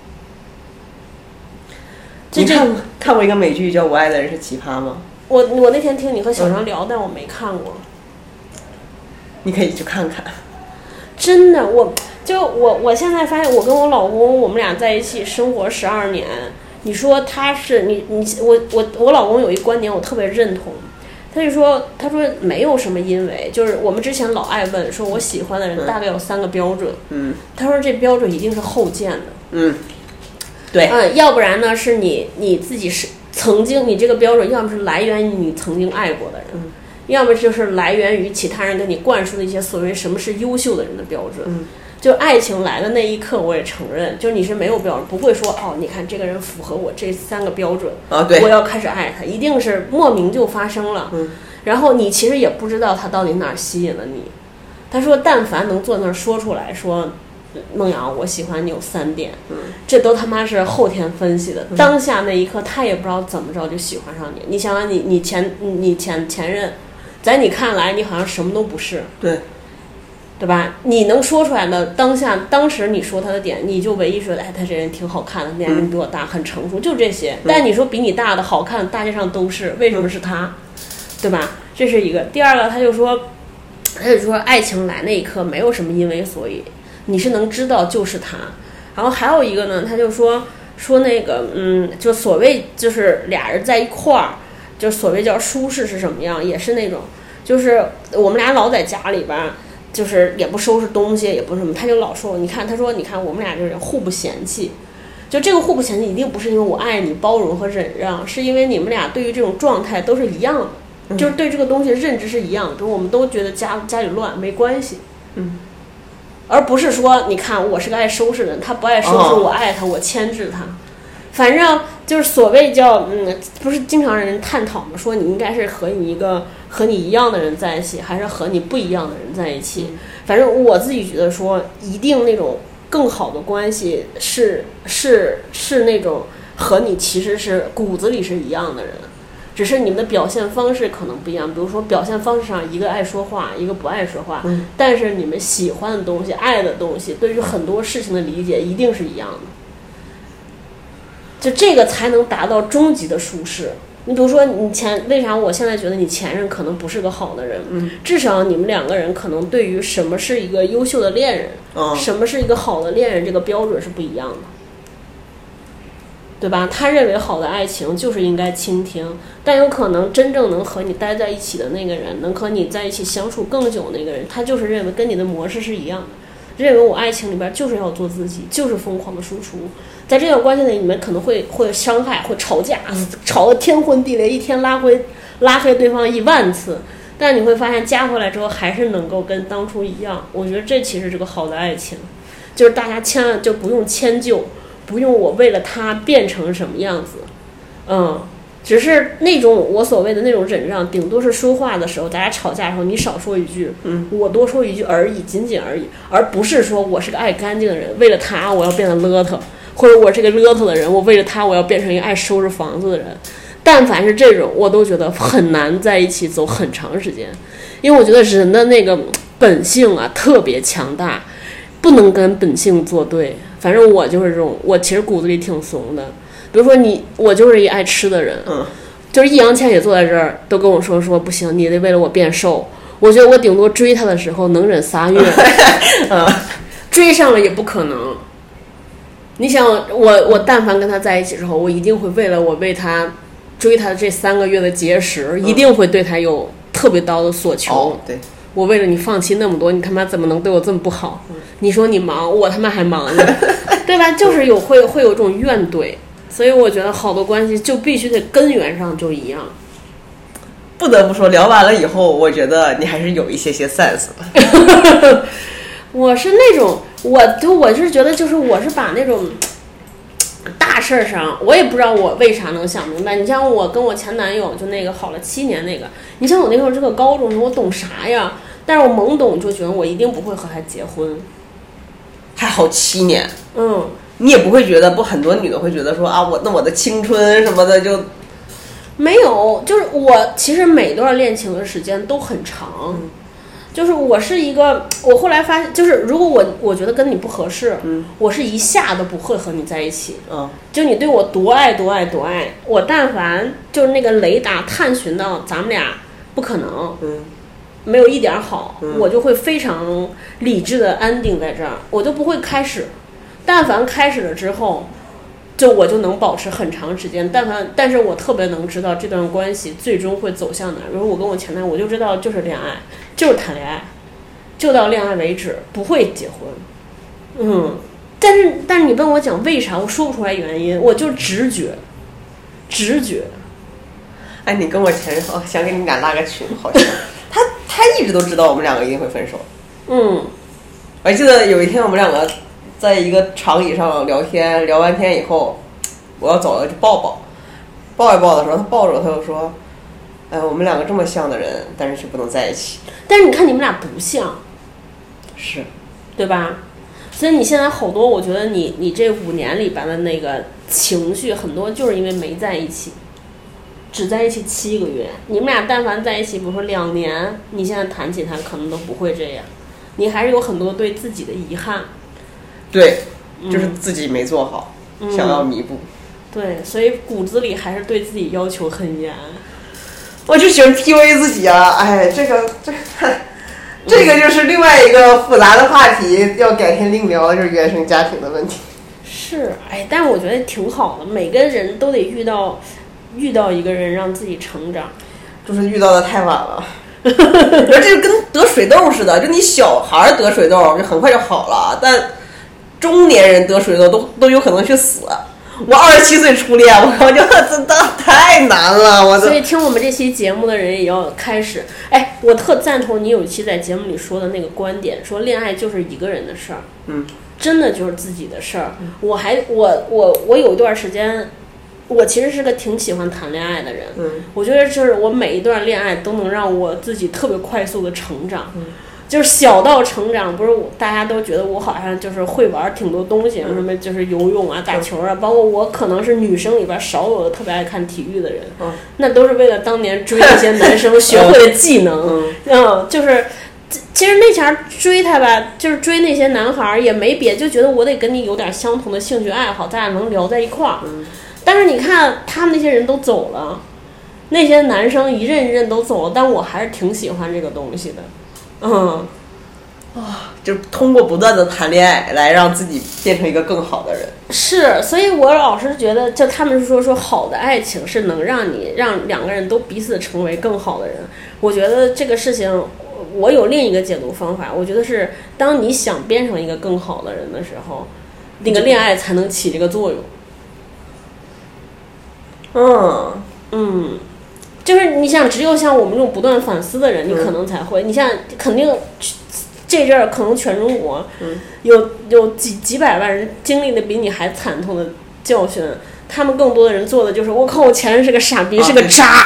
你看看过一个美剧叫《我爱的人是奇葩》吗？ 我我那天听你和小张聊，嗯，但我没看过。 你可以去看看。 真的，我就我我现在发现，我跟我老公，我们俩在一起生活十二年。你说他是你你我我我老公有一观点，我特别认同。他就说，他说没有什么因为，就是我们之前老爱问，说我喜欢的人大概有三个标准。 嗯， 他说这标准一定是后见的。 嗯，对。 嗯，要不然呢是你你自己是曾经你这个标准，要么是来源于你曾经爱过的人。嗯，要么就是来源于其他人跟你灌输的一些所谓什么是优秀的人的标准。 嗯， 就爱情来的那一刻，我也承认，就是你是没有标准，不会说哦，你看这个人符合我这三个标准啊，对， 我要开始爱他，一定是莫名就发生了。 嗯， 然后你其实也不知道他到底哪儿吸引了你。他说，但凡能坐那儿说出来说，孟阳，我喜欢你有三点， 嗯， 这都他妈是后天分析的。嗯，当下那一刻，他也不知道怎么着就喜欢上你。你想想你，你前你前前任。在你看来，你好像什么都不是， 对， 对吧？你能说出来的当下，当时你说他的点，你就唯一说，哎，他这人挺好看的，年龄比我大，很成熟，就这些。但你说比你大的好看，大街上都是，为什么是他？对吧？这是一个。第二个，他就说，他就说，爱情来那一刻没有什么因为所以，你是能知道就是他。然后还有一个呢，他就说说那个，嗯，就所谓就是俩人在一块儿。就所谓叫舒适是什么样，也是那种，就是我们俩老在家里边，就是也不收拾东西，也不什么，他就老说，你看，他说，你看我们俩就是互不嫌弃，就这个互不嫌弃一定不是因为我爱你、包容和忍让，是因为你们俩对于这种状态都是一样的，嗯，就是对这个东西认知是一样的，比如我们都觉得家家里乱没关系， 嗯， 而不是说，你看我是个爱收拾的人，他不爱收拾，哦，我爱他，我牵制他。反正就是所谓叫嗯，不是经常人探讨吗？说你应该是和你一个和你一样的人在一起，还是和你不一样的人在一起？反正我自己觉得说，一定那种更好的关系是是是那种和你其实是骨子里是一样的人，只是你们的表现方式可能不一样。比如说表现方式上，一个爱说话，一个不爱说话， 嗯， 但是你们喜欢的东西、爱的东西，对于很多事情的理解一定是一样的。就这个才能达到终极的舒适。你比如说，你前为啥我现在觉得你前任可能不是个好的人？ 嗯， 至少你们两个人可能对于什么是一个优秀的恋人， 哦， 什么是一个好的恋人，这个标准是不一样的，对吧？他认为好的爱情就是应该倾听，但有可能真正能和你待在一起的那个人，能和你在一起相处更久那个人，他就是认为跟你的模式是一样的。认为我爱情里边就是要做自己，就是疯狂的输出，在这段关系里，你们可能会会伤害，会吵架，吵得天昏地裂，一天拉回拉黑对方一万次，但你会发现加回来之后还是能够跟当初一样。我觉得这其实是个好的爱情，就是大家千万就不用迁就，不用我为了他变成什么样子，嗯。只是那种我所谓的那种忍让，顶多是说话的时候，大家吵架的时候，你少说一句， 嗯， 我多说一句而已，仅仅而已，而不是说我是个爱干净的人，为了他我要变得邋遢，或者我是个邋遢的人，我为了他我要变成一个爱收拾房子的人。但凡是这种，我都觉得很难在一起走很长时间， 因为我觉得人的那个本性啊特别强大，不能跟本性作对。反正我就是这种，我其实骨子里挺怂的。比如说你，我就是一爱吃的人， 嗯， 就是易烊千玺坐在这儿都跟我说说不行，你得为了我变瘦。我觉得我顶多追他的时候能忍仨月， 嗯， 追上了也不可能。你想我，我但凡跟他在一起之后，我一定会为了我为他追他的这三个月的节食，嗯、一定会对他有特别高的所求。 哦、对， 我为了你放弃那么多，你他妈怎么能对我这么不好？嗯、你说你忙，我他妈还忙呢，对吧？就是有会会有这种怨怼，所以我觉得好多关系就必须得根源上就一样。 不得不说，聊完了以后，我觉得你还是有一些些 sense 的。 我是那种，我就我是觉得，就是我是把那种大事儿上，我也不知道我为啥能想明白。你像我跟我前男友，就那个好了七年那个，你像我那时候是个高中生，我懂啥呀？但是我懵懂就觉得我一定不会和他结婚。 还好七年， 嗯， 你也不会觉得不？很多女的会觉得说啊，我那我的青春什么的就没有，就是我其实每段恋情的时间都很长。嗯，就是我是一个，我后来发现，就是如果我我觉得跟你不合适， 嗯， 我是一下都不会和你在一起。 嗯， 就你对我多爱多爱多爱，我但凡就是那个雷达探寻到咱们俩不可能， 嗯， 没有一点好， 嗯、 我就会非常理智的安定在这儿，我就不会开始。但凡开始了之后，就我就能保持很长时间。但凡，但是我特别能知道这段关系最终会走向哪。比如我跟我前男友，我就知道就是恋爱，就是谈恋爱，就到恋爱为止，不会结婚。嗯，但是但是你问我讲为啥，我说不出来原因，我就直觉，直觉。 哎，你跟我前任，哦，想给你们俩拉个群，好像他他一直都知道我们两个一定会分手。 嗯， 我还记得有一天我们两个在一个长椅上聊天，聊完天以后，我要走了就抱抱，抱一抱的时候，他抱着我，他就说：“哎，我们两个这么像的人，但是却不能在一起。” 但是你看你们俩不像， 是， 对吧？所以你现在好多，我觉得你你这五年里边的那个情绪，很多就是因为没在一起，只在一起七个月。你们俩但凡在一起，比如说两年，你现在谈起他，可能都不会这样。你还是有很多对自己的遗憾。 对，就是自己没做好， 嗯、 想要弥补。 对，所以骨子里还是对自己要求很严。 我就喜欢 P U A 自己啊！哎，这个这个这个就是另外一个复杂的话题，要改天另聊，就是原生家庭的问题。是， 哎，但是我觉得挺好的，每个人都得遇到遇到一个人让自己成长， 就是遇到的太晚了。这就跟得水痘似的，就你小孩得水痘就很快就好了，但中年人得水痘都都有可能去死。我二十七岁初恋，我靠，就真的太难了。我所以听我们这期节目的人也要开始。哎，我特赞同你有一期在节目里说的那个观点，说恋爱就是一个人的事儿， 嗯， 真的就是自己的事儿。嗯、我还我我我有一段时间。我其实是个挺喜欢谈恋爱的人， 嗯， 我觉得就是我每一段恋爱都能让我自己特别快速的成长， 嗯， 就是小到成长，不是大家都觉得我好像就是会玩挺多东西，嗯、什么就是游泳啊、打球啊，嗯、包括我可能是女生里边少有的特别爱看体育的人， 嗯， 那都是为了当年追那些男生学会的技能，嗯，嗯，就是其实那前追他吧，就是追那些男孩也没别，就觉得我得跟你有点相同的兴趣爱好，咱俩能聊在一块儿， 嗯。 但是你看，他们那些人都走了，那些男生一任一任都走了，但我还是挺喜欢这个东西的，嗯， 啊，就通过不断的谈恋爱来让自己变成一个更好的人。 是，所以我老是觉得，就他们是说说好的爱情是能让你让两个人都彼此成为更好的人。我觉得这个事情，我有另一个解读方法，我觉得是当你想变成一个更好的人的时候，那个恋爱才能起这个作用。 嗯嗯，就是你想，只有像我们这种不断反思的人，你可能才会。嗯、你像，肯定这阵儿可能全中国， 嗯， 有有几几百万人经历的比你还惨痛的教训，他们更多的人做的就是，我靠，我前任是个傻逼，啊、是个渣。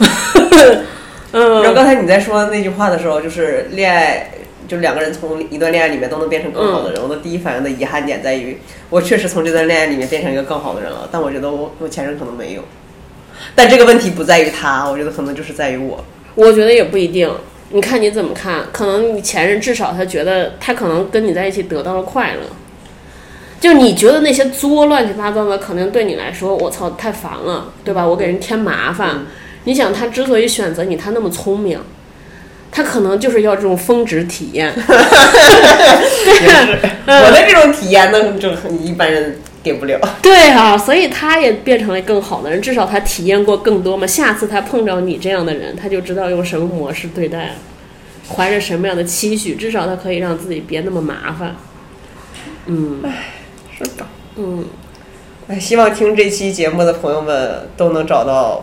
嗯， 然后刚才你在说那句话的时候，就是恋爱。就两个人从一段恋爱里面都能变成更好的人，嗯、我的第一反应的遗憾点在于，我确实从这段恋爱里面变成一个更好的人了，但我觉得我我前任可能没有。但这个问题不在于他，我觉得可能就是在于我。 我觉得也不一定， 你看你怎么看？可能你前任至少他觉得他可能跟你在一起得到了快乐，就你觉得那些作乱七八糟的，可能对你来说，我操太烦了，对吧？我给人添麻烦。嗯、你想他之所以选择你，他那么聪明，他可能就是要这种峰值体验。 也是，我的这种体验呢，就一般人给不了。 对啊，所以他也变成了更好的人，至少他体验过更多嘛。下次他碰着你这样的人，他就知道用什么模式对待了，怀着什么样的期许，至少他可以让自己别那么麻烦。嗯， 唉，是的， 嗯， 哎，希望听这期节目的朋友们都能找到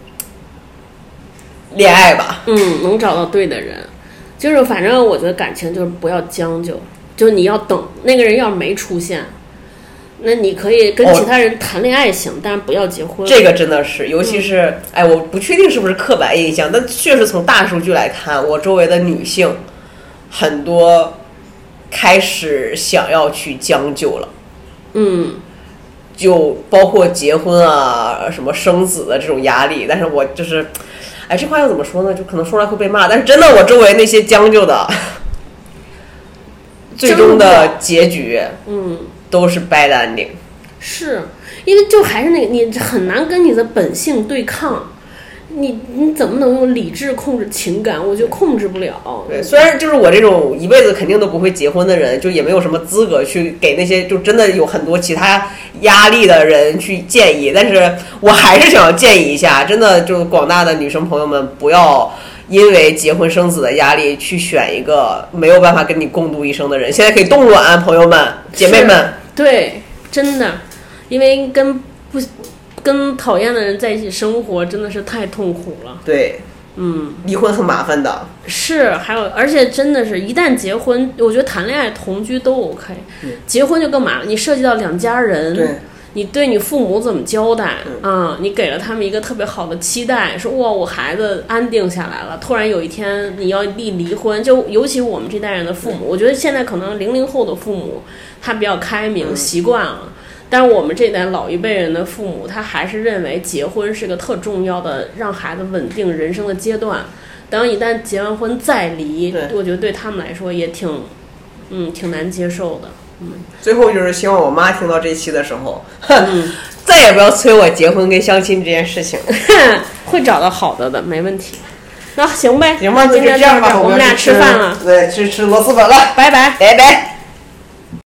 恋爱吧。 嗯，能找到对的人，就是反正我觉得感情就是不要将就，就是你要等那个人要是没出现。那你可以跟其他人谈恋爱行，哦、但是不要结婚。 这个真的是，尤其是、嗯、哎，我不确定是不是刻板印象，但确实从大数据来看，我周围的女性很多开始想要去将就了。 嗯， 就包括结婚啊、什么生子的这种压力。但是我就是，哎，这话要怎么说呢？就可能说出来会被骂，但是真的，我周围那些将就的，最终的结局， 嗯。 都是 bad ending， 是因为就还是那个，你很难跟你的本性对抗，你你怎么能用理智控制情感？我觉得控制不了。 对，虽然就是我这种一辈子肯定都不会结婚的人，就也没有什么资格去给那些就真的有很多其他压力的人去建议，但是我还是想要建议一下，真的就广大的女生朋友们，不要因为结婚生子的压力去选一个没有办法跟你共度一生的人。现在可以冻卵，朋友们姐妹们。 对，真的，因为跟不跟讨厌的人在一起生活真的是太痛苦了。 对， 嗯， 离婚很麻烦的。 是，还有，而且真的是一旦结婚，我觉得谈恋爱、同居都 OK，、嗯、结婚就更麻烦，你涉及到两家人。 对。 你对你父母怎么交代、 嗯、 啊？你给了他们一个特别好的期待，说哇，我孩子安定下来了。突然有一天你要立离婚，就尤其我们这代人的父母，我觉得现在可能零零后的父母他比较开明， 嗯、 习惯了。但是我们这代老一辈人的父母，他还是认为结婚是个特重要的让孩子稳定人生的阶段。当一旦结完婚再离，我觉得对他们来说也挺，嗯，挺难接受的。嗯， 最后就是希望我妈听到这期的时候，嗯、再也不要催我结婚跟相亲这件事情， 会找到好的的，没问题。那行呗， 行吧， 今天就这样吧， 我们俩吃饭了， 对，去吃螺蛳粉了， 拜拜， 拜拜。